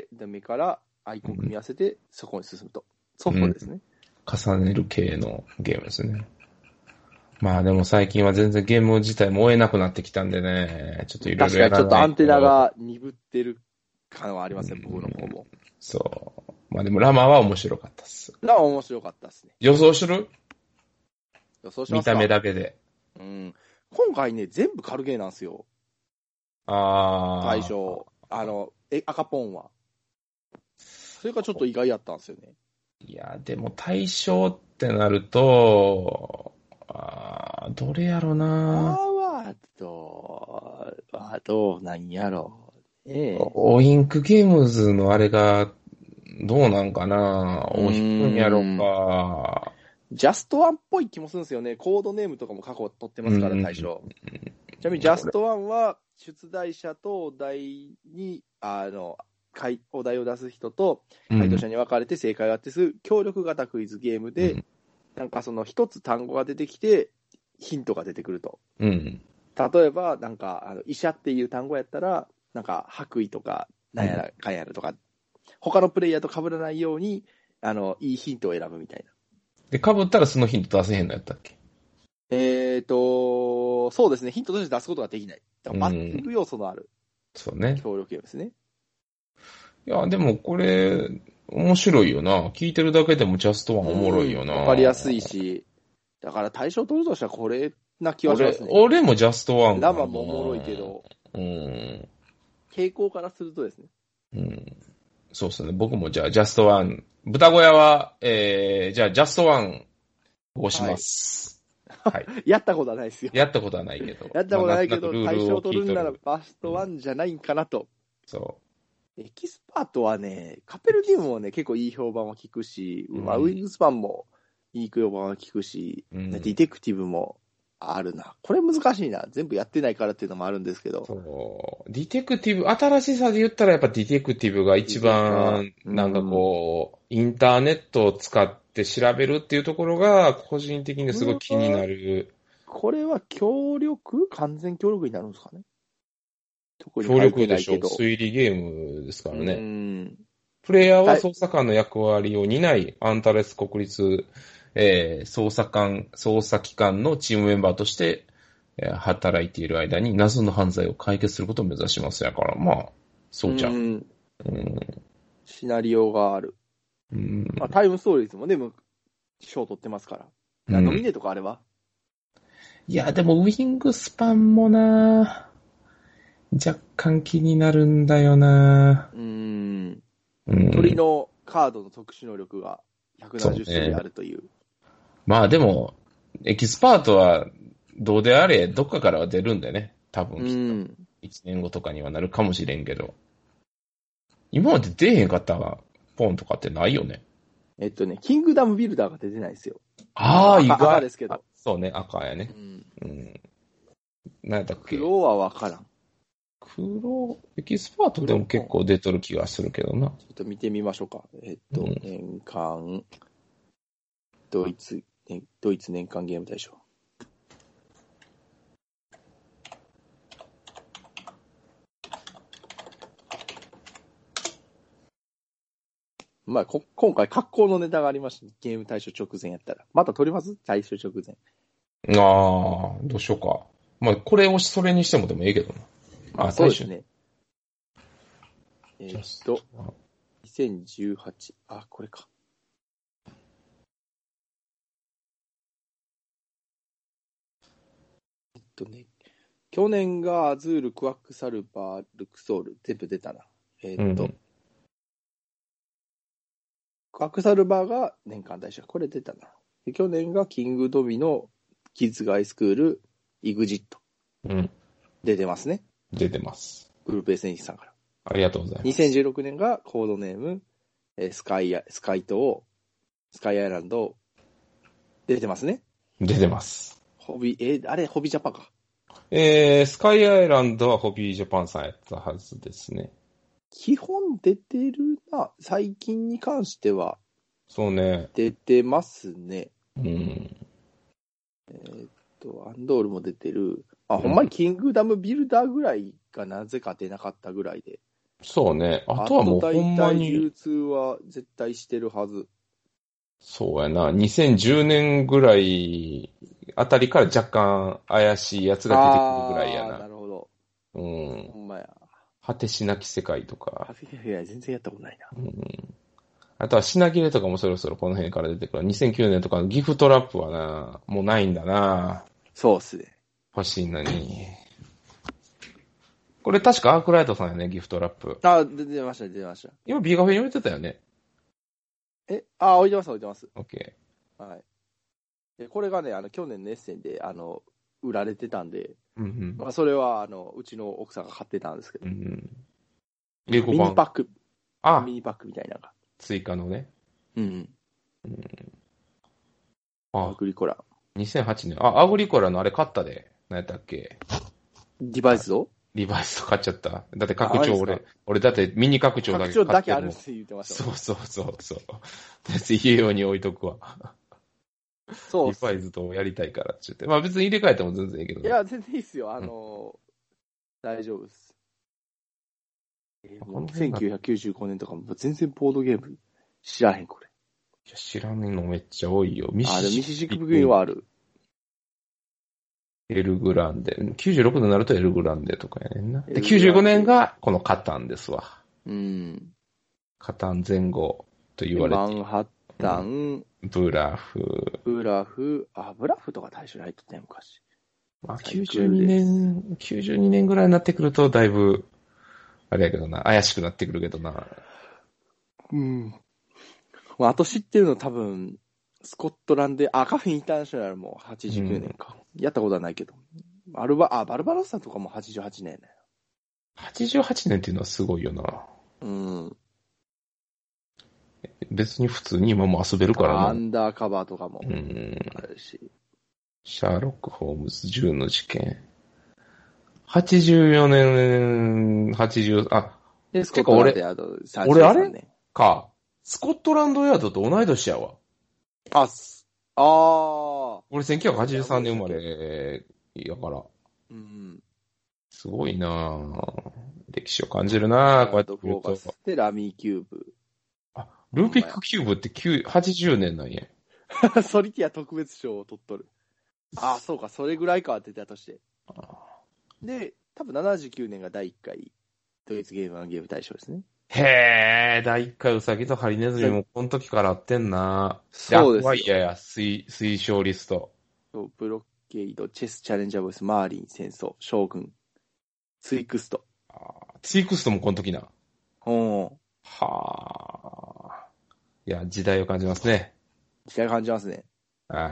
で、目からアイコン組み合わせて、そこに進むと。ソフトですね、 うん。重ねる系のゲームですね。まあでも最近は全然ゲーム自体も追えなくなってきたんでね、ちょっといろいろやらないと。 確かにちょっとアンテナが鈍ってる感はありますね、僕の方も。 そう。まあでもラマは面白かったっす。 ラマ面白かったっすね。 予想する？ 予想しますか？ 見た目だけで。 うん。今回ね、全部軽ゲーなんですよ。 ああ。 最初。あの、え、赤ポンは。それがちょっと意外やったんですよね。 いや、でも対象ってなると、あどれやろなあーと、あどうなんやろう。ええ。 オインクゲームズのあれが、どうなんかなお引くんやろか。 ジャストワンっぽい気もするんですよね。コードネームとかも過去取ってますから、対象。ちなみにジャストワンは、出題者とお題に、あの、お題を出す人と、回答者に分かれて正解があってする協力型クイズゲームで、うん、なんかその一つ単語が出てきて、ヒントが出てくると。 うん、 例えば、なんか、あの医者っていう単語やったら、なんか白衣とか、なんやらかんやらとか、うん、他のプレイヤーと被らないように、あの、いいヒントを選ぶみたいな。 で、被ったらそのヒント出せへんのやったっけ？ えーと、そうですね、ヒントとして出すことができない。だからバッティング要素のある、 そうね。 協力ゲームですね。 いや、でもこれ、面白いよな。聞いてるだけでもジャストワンおもろいよな。 わかりやすいし、だから対象取るとしたらこれな気はしますね。 俺、俺もジャストワンかな。ラマもおもろいけど、 うん。 傾向からするとですね。 うん。そうですね。僕もじゃあジャストワン。豚小屋は、えー、じゃあジャストワンをします。はい。はい、 やったことはないですよ。 やったことはないけど。 やったことはないけど、対象取るんならバストワンじゃないんかなと。うん、 そう。 エキスパートはね、カペルディウムもね、結構いい評判は聞くし、うん、まあ、ウィングスパンもいい評判は聞くし、うん、ディテクティブもあるな。これ難しいな。全部やってないからっていうのもあるんですけど。 そう。ディテクティブ、新しさで言ったらやっぱディテクティブが一番、なんかこう、うん、インターネットを使って調べるっていうところが、個人的にすごい気になる。 これは協力？完全協力になるんですかね？ 協力でしょう。推理ゲームですからね。うん、プレイヤーは捜査官の役割を担い、アンタレス国立、えー、捜査官、捜査機関のチームメンバーとして、 働いている間に謎の犯罪を解決することを目指しますやから、まあ、そうじゃん。うん。 うん、シナリオがある。うん。まあ、タイムストーリーズもね、賞取ってますから。うん、ノミネートか、あれは。 いや、でもウィングスパンもな若干気になるんだよなうーん。 うん、鳥のカードの特殊能力がひゃくななじゅっ種類あるという。うね、 まあでも、エキスパートはどうであれ、どっかからは出るんだよね。多分きっと。うん、いちねんごとかにはなるかもしれんけど。今まで出えへんかったが、ポンとかってないよね。 えっとね、キングダムビルダーが出てないですよ。 ああ、意外。 赤ですけど。 そうね、赤やね。うん。うん、何だっけ。 黒はわからん。 黒、エキスパートでも結構出とる気がするけどな。ちょっと見てみましょうか。えっと、うん、年間、ドイツ、ドイツ年間ゲーム大賞。まあ、こ今回、格好のネタがありました、ね。ゲーム大賞直前やったら。また撮ります大賞直前。 ああ、どうしようか。まあ、これをそれにしてもでもいいけどな。 あ、そうですね。えー、っと、にせんじゅうはち、あ、これか。えっとね、去年がアズール、クワックサルバー、ルクソール、全部出たな。えー、っと、うん、クワックサルバーが年間大賞。これ出たな。で去年がキングドミノ、キッズガイスクール、イグジット。うん。出てますね。 出てます。 グループ エスエヌ さんから。 ありがとうございます。 にせんじゅうろくねんがコードネーム、えー、スカイア、スカイ島、スカイアイランド、出てますね。 出てます。 ホビー、えー、あれ、ホビージャパンか。 えー、スカイアイランドはホビージャパンさんやったはずですね。 基本出てるな。最近に関しては。 そうね。 出てますね。 うん。 えー、っと、アンドールも出てる。あ、うん、ほんまにキングダムビルダーぐらいがなぜか出なかったぐらいで。 そうね。あとはもうほんまに。 流通は絶対してるはず。 そうやな。にせんじゅうねんぐらいあたりから若干怪しいやつが出てくるぐらいやな。 あー、なるほど。 うん。 ほんまや。 果てしなき世界とか。 いや、全然やったことないな。 うん。あとは品切れとかもそろそろこの辺から出てくる。にせんきゅうねんとかのギフトラップはな、もうないんだな。 そうっすね。 欲しいのに。これ確かアークライトさんやね、ギフトラップ。 あ、出てました、出てました。 今 B カフェに置いてたよね。 え、あ、置いてます、置いてます。 オッケー。はい。で、これがね、あの、去年のエッセンで、あの、売られてたんで、うんうん、まあ、それは、あの、うちの奥さんが買ってたんですけど。うんうん、ミニパック。あミニパックみたいなのが。 追加のね。うん、うん。 あ、アグリコラ。 にせんはちねん。あ、アグリコラのあれ買ったで。何やったっけデバイスをリバイスと買っちゃった。だって拡張俺、俺だってミニ拡張だけ買って拡張だけあるって言ってました。 そうそうそうそう。とりあえず家用に置いとくわ。そう。リバイスとやりたいからって言って。まあ別に入れ替えても全然いいけど、 ね。いや、全然いいっすよ。あのーうん、大丈夫です。えー、もうせんきゅうひゃくきゅうじゅうごねんとかも全然ボードゲーム知らへん、これ。 いや、知らんのめっちゃ多いよ。 ミシシッピ。あ、でミシシッピ軍はある。 エルグランデ。きゅうじゅうろくねんになるとエルグランデとかやねんな。で、きゅうじゅうごねんがこのカタンですわ。うん。カタン前後と言われて。 マンハッタン、うん、 ブラフ。 ブラフ、あ、ブラフとか対象に入ってたよ、昔。 まあ、きゅうじゅうにねん、きゅうじゅうにねんぐらいになってくると、だいぶ、あれやけどな、怪しくなってくるけどな。 うん。まあ、あと知ってるの多分、スコットランド、あ、カフェインターナショナルもはちじゅうきゅうねんか。うん、やったことはないけど。バルバ、あ、バルバロッサとかもはちじゅうはちねんね。 はちじゅうはちねんっていうのはすごいよな。うん。別に普通に今も遊べるからな。 アンダーカバーとかもあるし。うん、 シャーロック・ホームズじゅうの事件。はちじゅうよねん、はちじゅう、あ、 結構俺、 俺あれか。スコットランドヤードと同い年やわ。 あ、す、あー。 俺せんきゅうひゃくはちじゅうさんねん生まれやから。うん。すごいなぁ。歴史を感じるなぁ、こうやって見ると。 で、ラミーキューブ。 あ、ルーピックキューブってはちじゅうねんなんや。 ソリティア特別賞を取っとる。 ああ、そうか、それぐらいかって言ったとして。で、多分ななじゅうきゅうねんがだいいっかい、ドイツゲームワンゲーム大賞ですね。 へー、だいいっかいウサギとハリネズミもこの時からあってんな。 そうですよ。 いやいや、推、推奨リスト。 そう、ブロッケイド、チェス、チャレンジャーボイス、マーリン、戦争、将軍、ツイクスト。 あツイクストもこの時な。 うん。 はー。いや、時代を感じますね。 時代感じますね。 はい。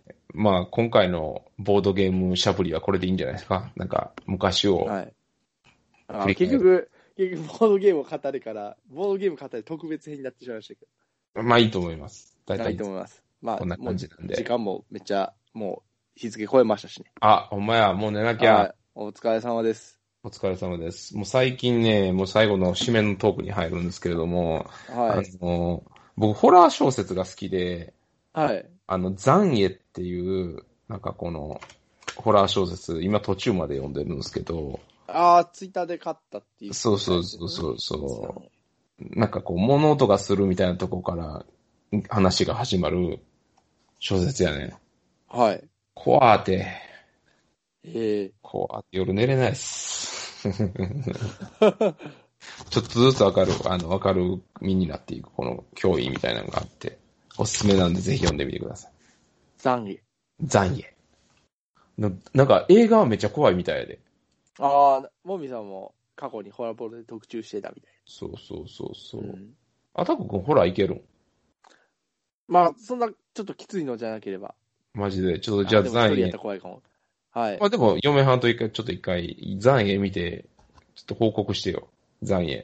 まあ、今回のボードゲームしゃぶりはこれでいいんじゃないですか。なんか、昔を。 はい。あ結局、結局、ボードゲームを語るから、ボードゲーム語る特別編になってしまいましたけど。まあ、いいと思います。 大体いいと思います。まあ、 こんな感じなんで。 時間もめっちゃ、もう、日付超えましたしね。 あ、ほんまや、もう寝なきゃ。はい、 お疲れ様です。 お疲れ様です。もう最近ね、もう最後の締めのトークに入るんですけれども、はい。あの、僕、ホラー小説が好きで、 はい。 あの、残影っていう、なんかこの、ホラー小説、今途中まで読んでるんですけど、 ああ、ツイッターで買ったっていう、ね。 そうそうそうそうそう。なんかこう、物音がするみたいなとこから話が始まる小説やね。 はい。 怖ーて。 ええー。 怖ーって夜寝れないっす。ちょっとずつわかる、あの、わかる身になっていく、この脅威みたいなのがあって、おすすめなんでぜひ読んでみてください。 残影。 残影。な、なんか映画はめっちゃ怖いみたいで。 ああ、もみさんも過去にホラーボールで特注してたみたいな。 そうそうそうそう。うん、 あたくくんホラーいけるん？ まあ、そんなちょっときついのじゃなければ。 マジで。ちょっとじゃあ残影。 やったら怖いかも。はい。 まあでも、嫁はんと一回、ちょっと一回、残影見て、ちょっと報告してよ。残影。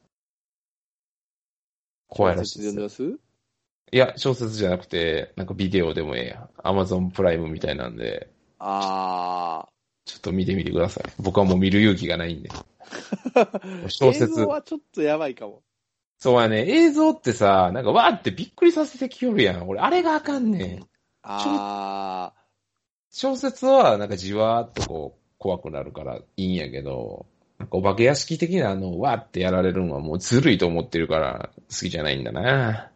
怖いらしいです。 小説読んでます？ いや、小説じゃなくて、なんかビデオでもええや。アマゾンプライムみたいなんで。 あー。 ちょっと見てみてください。僕はもう見る勇気がないんで。小説。 映像はちょっとやばいかも。 そうやね。映像ってさ、なんかわーってびっくりさせてきよるやん。俺、あれがあかんねん。 あー。 小説はなんかじわーっとこう、怖くなるからいいんやけど、なんかお化け屋敷的なあの、わーってやられるのはもうずるいと思ってるから好きじゃないんだな。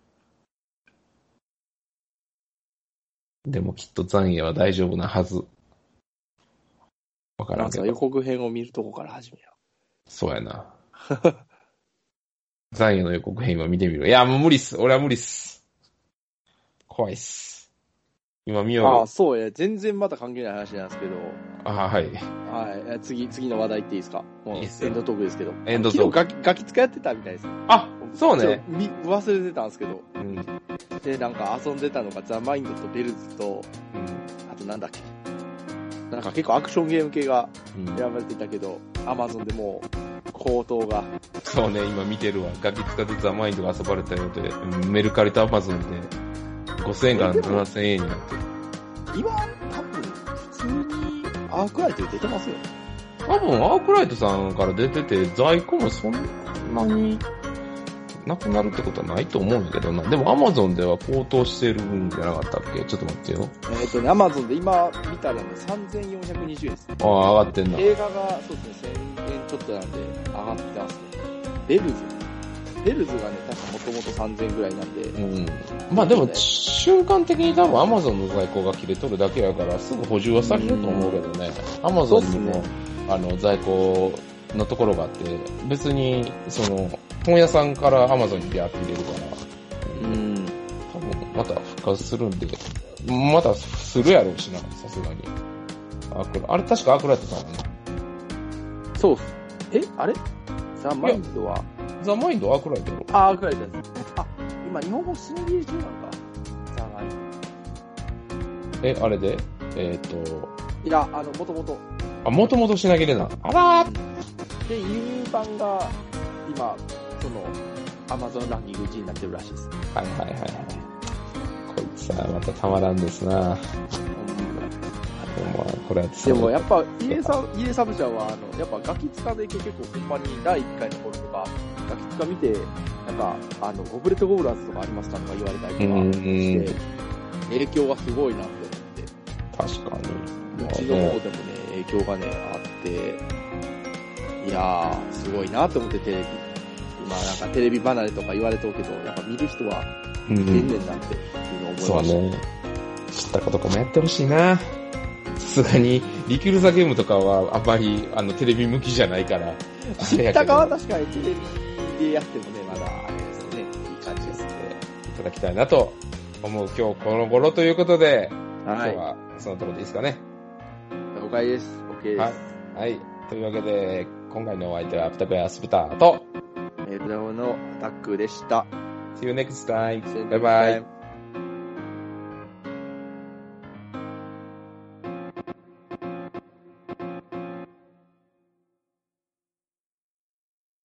でもきっと残影は大丈夫なはず。わからんけど。 なんか予告編を見るとこから始めよう。そうやな。残影の予告編今見てみる。いや、もう無理っす。俺は無理っす。怖いっす。今見よう。 ああ、そうや。全然また関係ない話なんですけど。 ああ、はい。 はい。次、次の話題言っていいですか？もう、エンドトークですけど。 エンドトーク。 ガキ、ガキ使やってたみたいです。 あ、そうね。 み、忘れてたんですけど。 うん。 で、なんか遊んでたのがザ・マインドとベルズと、うん。あとなんだっけ。なんか結構アクションゲーム系が選ばれていたけど、アマゾンでもう、高騰が。 そうね、今見てるわ。ガキ使ってザ・マインドが遊ばれたようで、メルカリとアマゾンで、ごせんえんからななせんえんになってる。 今、多分、普通にアークライトで出てますよね。 多分、アークライトさんから出てて、在庫もそんなになくなるってことはないと思うんだけどな。でも、アマゾンでは高騰してるんじゃなかったっけ？ちょっと待ってよ。 えっとね、アマゾンで今見たらね、さんぜんよんひゃくにじゅうえんです。 ああ、上がってんな。 映画が、そうですね、せんえんちょっとなんで、上がってますね。ベルズ。ベルズがね、確かもともとさんぜんえんぐらいなんで。うん。 まあでも、瞬間的に多分 Amazon の在庫が切れとるだけやから、すぐ補充はされると思うけどね。Amazon にも、ね、あの、在庫のところがあって、別に、その、本屋さんから Amazon にビャーって入れるから、うん。多分、また復活するんで、またするやろうしな、さすがに。あ、これ、あれ確かアークライトさんやな。そうっす。えあれザ・マインドはザ・マインドアークライトやろ。 あ、アークライトです。あ、今日本語品切れ中なのか。ザ・マインド。え、あれでえっ、ー、と。 いや、あの、もともと。 あ、もともと品切れな。あらーで、輸入版が、今、その、アマゾンランキングいちいになってるらしいです。 はいはいはいはい。こいつはまたたまらんですな。これはでもやっぱ、イエサ、イエサブちゃんは、あの、やっぱガキ使で結構ほんまにだいいっかいの頃とか、ガキ使見て、なんか、あの、ゴブレットゴブラーズとかありますかとか言われたりとかして、影響がすごいなって思って。確かに。 うちの方でもね、影響がね、あって、いやー、すごいなって思ってテレビ。今なんかテレビ離れとか言われとるけど、やっぱ見る人は、全然なっていうのを思いました。 そうね。知ったことかもやってほしいな。 すがに、リキュルザゲームとかはあんまり、あの、テレビ向きじゃないから。 知ったかは確かにテレビでやってもね、まだ、あれですね、いい感じですね。 いただきたいなと思う今日この頃ということで、 はい、今日はそのところでいいですかね。 了解です。OK です。 はい。はい。というわけで、今回のお相手は、アフタベアスブターと、 メルダオのアタックでした。 See you next time. See you next Bye bye. time.